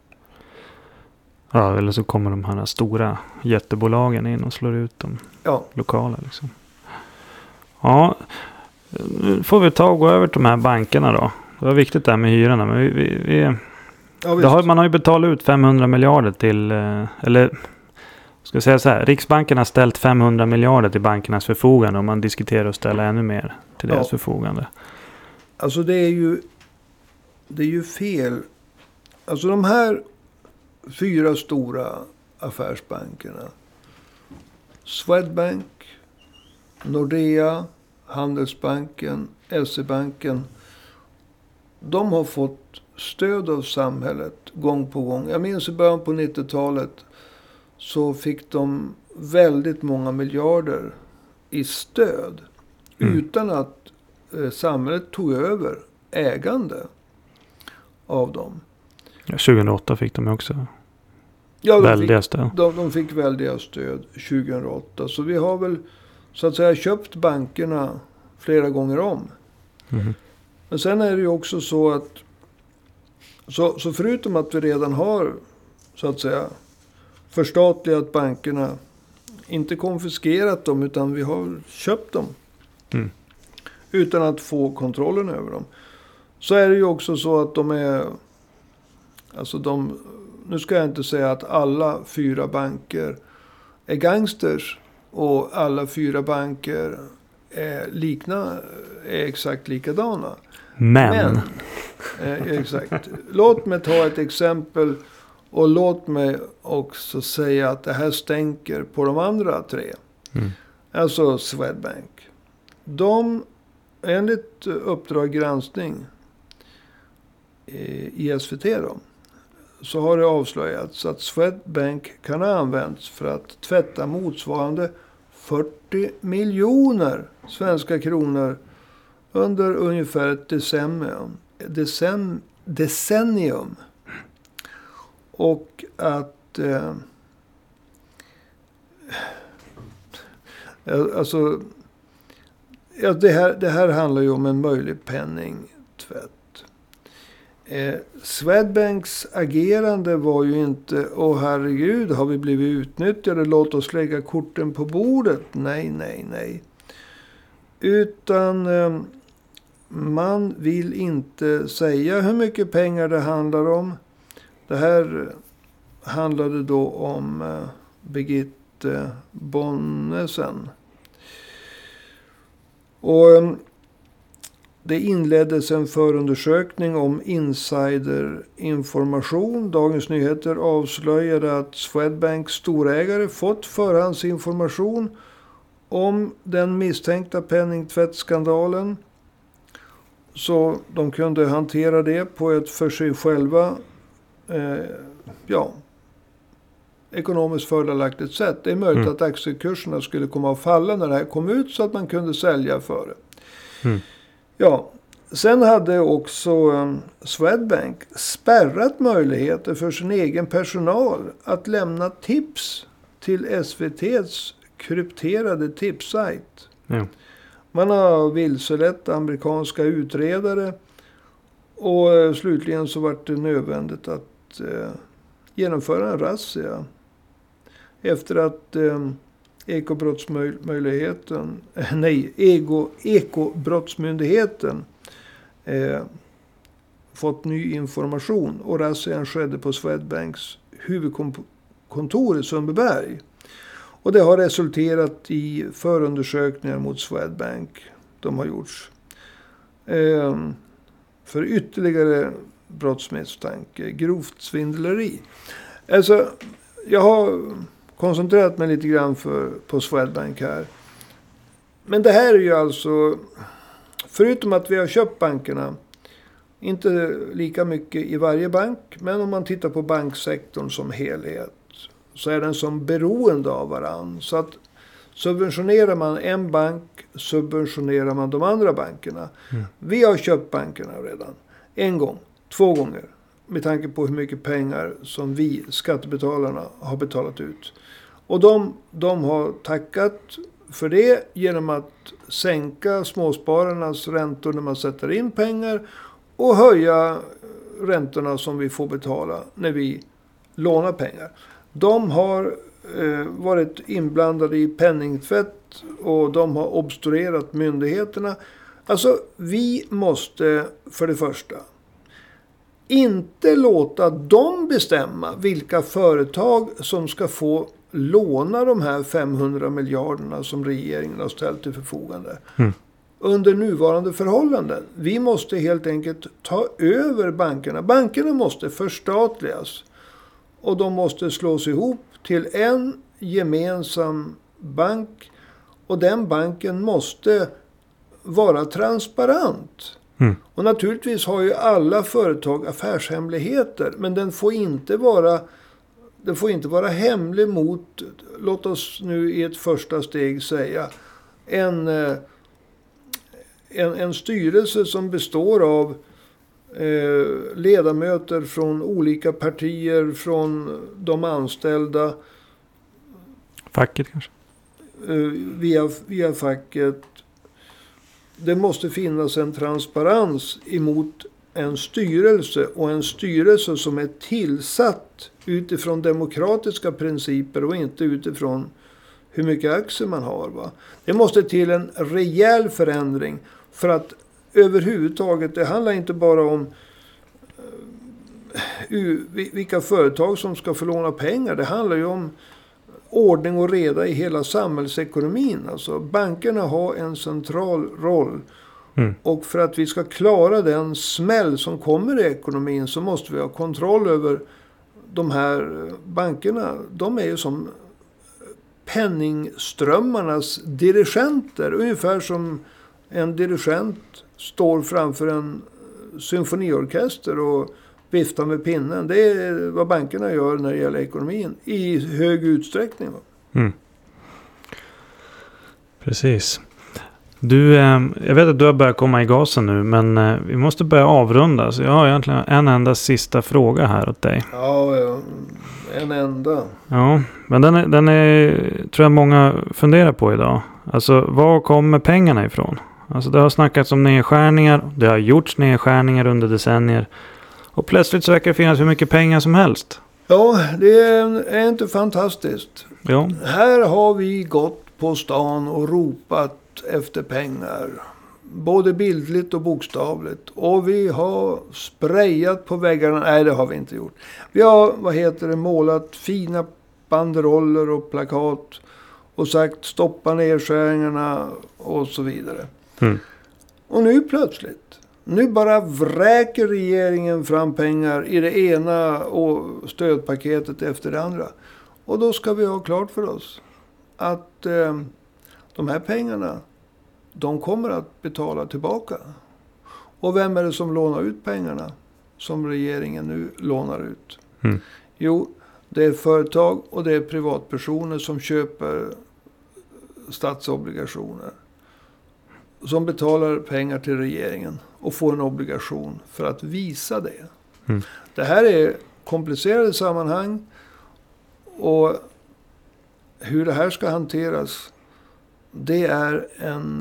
Ja, eller så kommer de här stora jättebolagen in och slår ut de ja. lokala liksom. Ja, nu får vi ta och gå över till de här bankerna då. Det var viktigt där med hyrorna. Men vi, vi, vi, ja, det har, man har ju betalat ut femhundra miljarder till, eller ska jag säga så här, Riksbanken har ställt femhundra miljarder till bankernas förfogande och man diskuterar att ställa ännu mer till deras ja. förfogande. Alltså det är ju, det är ju fel. Alltså de här fyra stora affärsbankerna, Swedbank, Nordea, Handelsbanken, S E-banken. De har fått stöd av samhället gång på gång. Jag minns i början på nittiotalet så fick de väldigt många miljarder i stöd. Mm. Utan att eh, samhället tog över ägande av dem. Ja, tjugohundraåtta fick de också ja, de väldiga fick, stöd. De, de fick väldiga stöd tjugohundraåtta. Så vi har väl så att säga köpt bankerna flera gånger om. Mm. Men sen är det ju också så att så, så förutom att vi redan har så att säga förstatligat bankerna, inte konfiskerat dem utan vi har köpt dem mm. utan att få kontrollen över dem, så är det ju också så att de är alltså de, nu ska jag inte säga att alla fyra banker är gangsters och alla fyra banker är, likna, är exakt likadana. Men. Men eh, exakt. Låt mig ta ett exempel och låt mig också säga att det här stänker på de andra tre. Mm. Alltså Swedbank. De, enligt Uppdrag granskning i S V T då, så har det avslöjats att Swedbank kan ha använts för att tvätta motsvarande fyrtio miljoner svenska kronor under ungefär ett decennium. Decen, decennium. Och att eh, alltså ja, det, här, det här handlar ju om en möjlig penningtvätt. Eh, Swedbanks agerande var ju inte, åh herregud, har vi blivit utnyttjade, låt oss lägga korten på bordet. Nej, nej, nej. Utan eh, man vill inte säga hur mycket pengar det handlar om. Det här handlade då om eh, Birgitte Bonnesen. Och eh, det inleddes en förundersökning om insiderinformation. Dagens Nyheter avslöjade att Swedbanks storägare fått förhandsinformation om den misstänkta penningtvättskandalen. Så de kunde hantera det på ett för sig själva eh, ja, ekonomiskt fördelaktigt sätt. Det är möjligt mm. att aktiekurserna skulle komma att falla när det här kom ut så att man kunde sälja för det. Mm. Ja, sen hade också um, Swedbank spärrat möjligheter för sin egen personal att lämna tips till S V T:s krypterade tipssajt. Ja. Man har vilselett amerikanska utredare och uh, slutligen så var det nödvändigt att uh, genomföra en razzia efter att uh, Ekobrottsmöjligheten, nej, ego, Ekobrottsmyndigheten eh, fått ny information och razzian skedde på Swedbanks huvudkontor i Sundbyberg. Och det har resulterat i förundersökningar mot Swedbank. De har gjorts eh, för ytterligare brottsmisstanke, grovt svindleri. Alltså, jag har koncentrerat mig lite grann för, på Swedbank här. Men det här är ju alltså, förutom att vi har köpt bankerna, inte lika mycket i varje bank, men om man tittar på banksektorn som helhet så är den som beroende av varann. Så att subventionerar man en bank, subventionerar man de andra bankerna. Mm. Vi har köpt bankerna redan. En gång, två gånger. Med tanke på hur mycket pengar som vi, skattebetalarna, har betalat ut. Och de, de har tackat för det genom att sänka småspararnas räntor när man sätter in pengar. Och höja räntorna som vi får betala när vi lånar pengar. De har eh, varit inblandade i penningtvätt och de har obstruerat myndigheterna. Alltså vi måste för det första inte låta dem bestämma vilka företag som ska få låna de här femhundra miljarderna som regeringen har ställt till förfogande. Mm. Under nuvarande förhållanden. Vi måste helt enkelt ta över bankerna. Bankerna måste förstatligas. Och de måste slås ihop till en gemensam bank. Och den banken måste vara transparent. Mm. Och naturligtvis har ju alla företag affärshemligheter. Men den får inte vara, den får inte vara hemlig mot, låt oss nu i ett första steg säga, en, en, en styrelse som består av eh, ledamöter från olika partier, från de anställda. Facket kanske? Eh, via, via facket. Det måste finnas en transparens emot en styrelse och en styrelse som är tillsatt utifrån demokratiska principer och inte utifrån hur mycket aktier man har. Va? Det måste till en rejäl förändring för att överhuvudtaget, det handlar inte bara om uh, vilka företag som ska få låna pengar. Det handlar ju om ordning och reda i hela samhällsekonomin. Alltså bankerna har en central roll. Mm. Och för att vi ska klara den smäll som kommer i ekonomin så måste vi ha kontroll över de här bankerna. De är ju som penningströmmarnas dirigenter. Ungefär som en dirigent står framför en symfoniorkester och viftar med pinnen. Det är vad bankerna gör när det gäller ekonomin. I hög utsträckning. Mm. Precis. Du, eh, jag vet att du har börjat komma i gasen nu, men eh, vi måste börja avrunda. Så jag har egentligen en enda sista fråga här åt dig. Ja, ja, en enda. Ja, men den är, den är, tror jag många funderar på idag. Alltså, var kommer pengarna ifrån? Alltså, det har snackats om nedskärningar. Det har gjorts nedskärningar under decennier. Och plötsligt så verkar det finnas hur mycket pengar som helst. Ja, det är inte fantastiskt. Ja. Här har vi gått på stan och ropat efter pengar. Både bildligt och bokstavligt. Och vi har sprayat på väggarna. Nej, det har vi inte gjort. Vi har, vad heter det, målat fina banderoller och plakat. Och sagt stoppa nedskärningarna och så vidare. Mm. Och nu plötsligt. Nu bara vräker regeringen fram pengar i det ena och stödpaketet efter det andra. Och då ska vi ha klart för oss att eh, de här pengarna, de kommer att betala tillbaka. Och vem är det som lånar ut pengarna som regeringen nu lånar ut? Mm. Jo, det är företag och det är privatpersoner som köper statsobligationer. Som betalar pengar till regeringen och får en obligation för att visa det. Mm. Det här är komplicerade sammanhang. Och hur det här ska hanteras, det är en,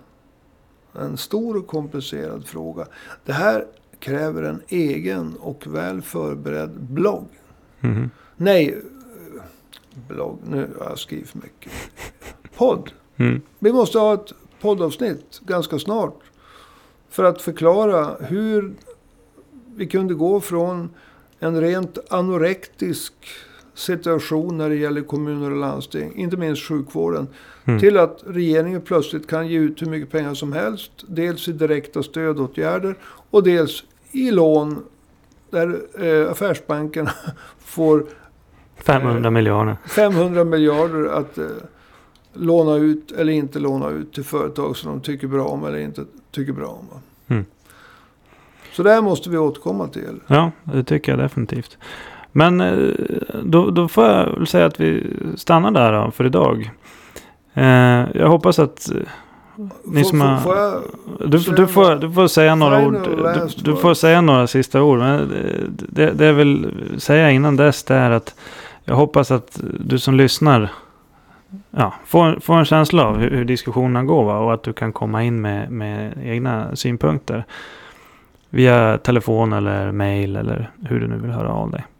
en stor och komplicerad fråga. Det här kräver en egen och väl förberedd blogg. Mm. Nej, blogg, nu har jag skrivit för mycket. Podd. Mm. Vi måste ha ett poddavsnitt ganska snart. För att förklara hur vi kunde gå från en rent anorektisk situation när det gäller kommuner och landsting, inte minst sjukvården, mm. till att regeringen plötsligt kan ge ut hur mycket pengar som helst, dels i direkta stödåtgärder och dels i lån där eh, affärsbankerna får femhundra eh, miljarder. femhundra miljarder att eh, låna ut eller inte låna ut till företag som de tycker bra om eller inte tycker bra om. Mm. Så det här måste vi återkomma till. Ja, det tycker jag definitivt. Men då, då får jag väl säga att vi stannar där då för idag. Eh, jag hoppas att ni får, som har... Får jag du, du, får, du får säga några ord. Du, du får säga några sista ord. Men det, det jag vill säga innan dess är att jag hoppas att du som lyssnar ja, får, får en känsla av hur, hur diskussionerna går, va? Och att du kan komma in med, med egna synpunkter. Via telefon eller mejl eller hur du nu vill höra av dig.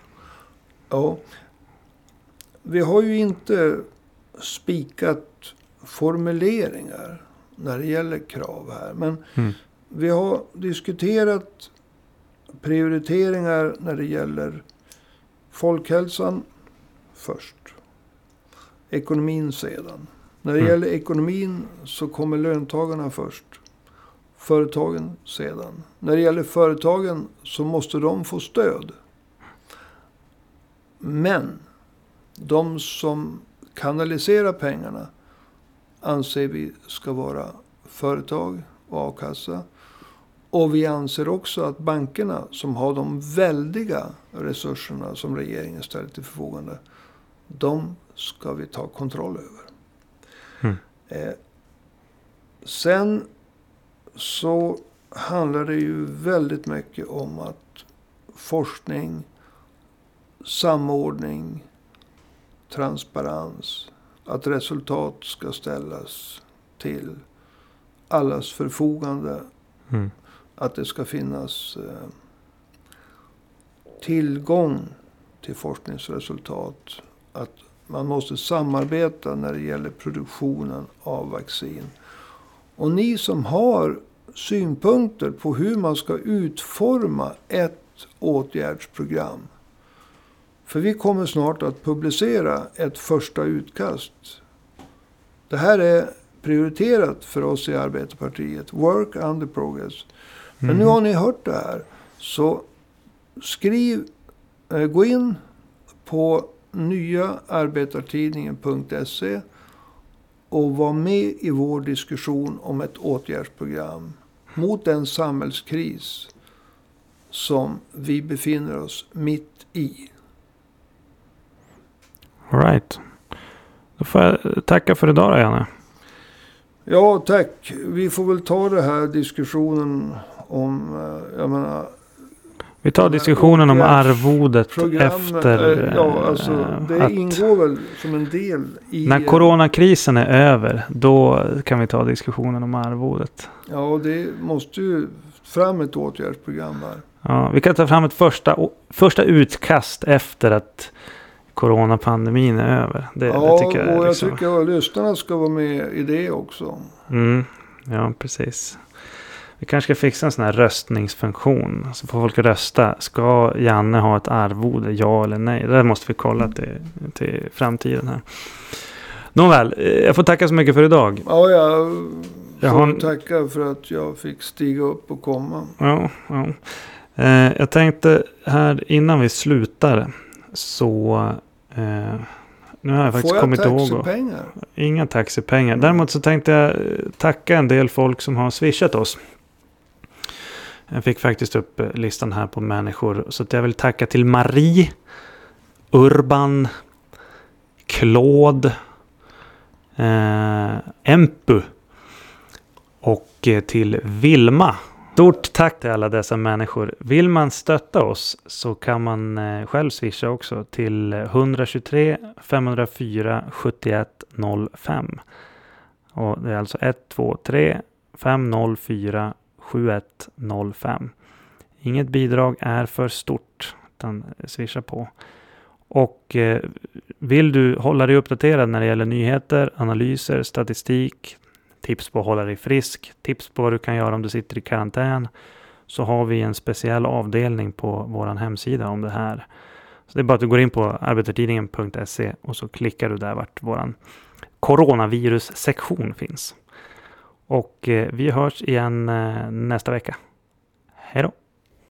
Ja, vi har ju inte spikat formuleringar när det gäller krav här. Men mm. vi har diskuterat prioriteringar när det gäller folkhälsan först. Ekonomin sedan. När det mm. gäller ekonomin så kommer löntagarna först. Företagen sedan. När det gäller företagen så måste de få stöd. Men de som kanaliserar pengarna anser vi ska vara företag och a-kassa. Och vi anser också att bankerna som har de väldiga resurserna som regeringen ställer till förfogande, de ska vi ta kontroll över. Mm. Eh, sen så handlar det ju väldigt mycket om att forskning, samordning, transparens, att resultat ska ställas till allas förfogande. Mm. Att det ska finnas eh, tillgång till forskningsresultat. Att man måste samarbeta när det gäller produktionen av vaccin. Och ni som har synpunkter på hur man ska utforma ett åtgärdsprogram, För vi kommer snart att publicera ett första utkast. Det här är prioriterat för oss i Arbetarpartiet. Work under progress. Men mm. nu har ni hört det här. Så skriv, äh, gå in på nya arbetartidningen punkt se och var med i vår diskussion om ett åtgärdsprogram mot den samhällskris som vi befinner oss mitt i. All right. Då får jag tacka för idag då, Janne. Ja, tack. Vi får väl ta det här diskussionen om, jag menar... Vi tar diskussionen om arvodet program, efter... Ja, alltså det att, ingår väl som en del i... När coronakrisen är över, då kan vi ta diskussionen om arvodet. Ja, det måste ju fram ett åtgärdsprogram där. Ja, vi kan ta fram ett första, första utkast efter att coronapandemin är över. Det, ja, det tycker jag och jag liksom. tycker att lyssnarna ska vara med i det också. Mm, ja, precis. Vi kanske ska fixa en sån här röstningsfunktion. Så får folk rösta. Ska Janne ha ett arvode? Ja eller nej? Det måste vi kolla till, till framtiden här. Nåväl, jag får tacka så mycket för idag. Ja, jag får jag har... tacka för att jag fick stiga upp och komma. Ja, ja. Eh, jag tänkte här innan vi slutar så... Eh, nu har jag faktiskt får jag kommit ihåg. taxipengar? Inga taxipengar. Däremot så tänkte jag tacka en del folk som har swishat oss. Jag fick faktiskt upp listan här på människor. Så att jag vill tacka till Marie, Urban, Claude, eh, Empu och till Vilma. Stort tack till alla dessa människor. Vill man stötta oss så kan man eh, själv swisha också till ett två tre fem noll fyra sju ett noll fem. Och det är alltså ett två tre fem noll fyra sju ett noll fem. Inget bidrag är för stort, utan swisha på. Och eh, vill du hålla dig uppdaterad när det gäller nyheter, analyser, statistik, tips på att hålla dig frisk, tips på vad du kan göra om du sitter i karantän, så har vi en speciell avdelning på vår hemsida om det här. Så det är bara att du går in på arbetartidningen punkt se och så klickar du där vart vår coronavirus-sektion finns. Och eh, vi hörs igen eh, nästa vecka. Hej då!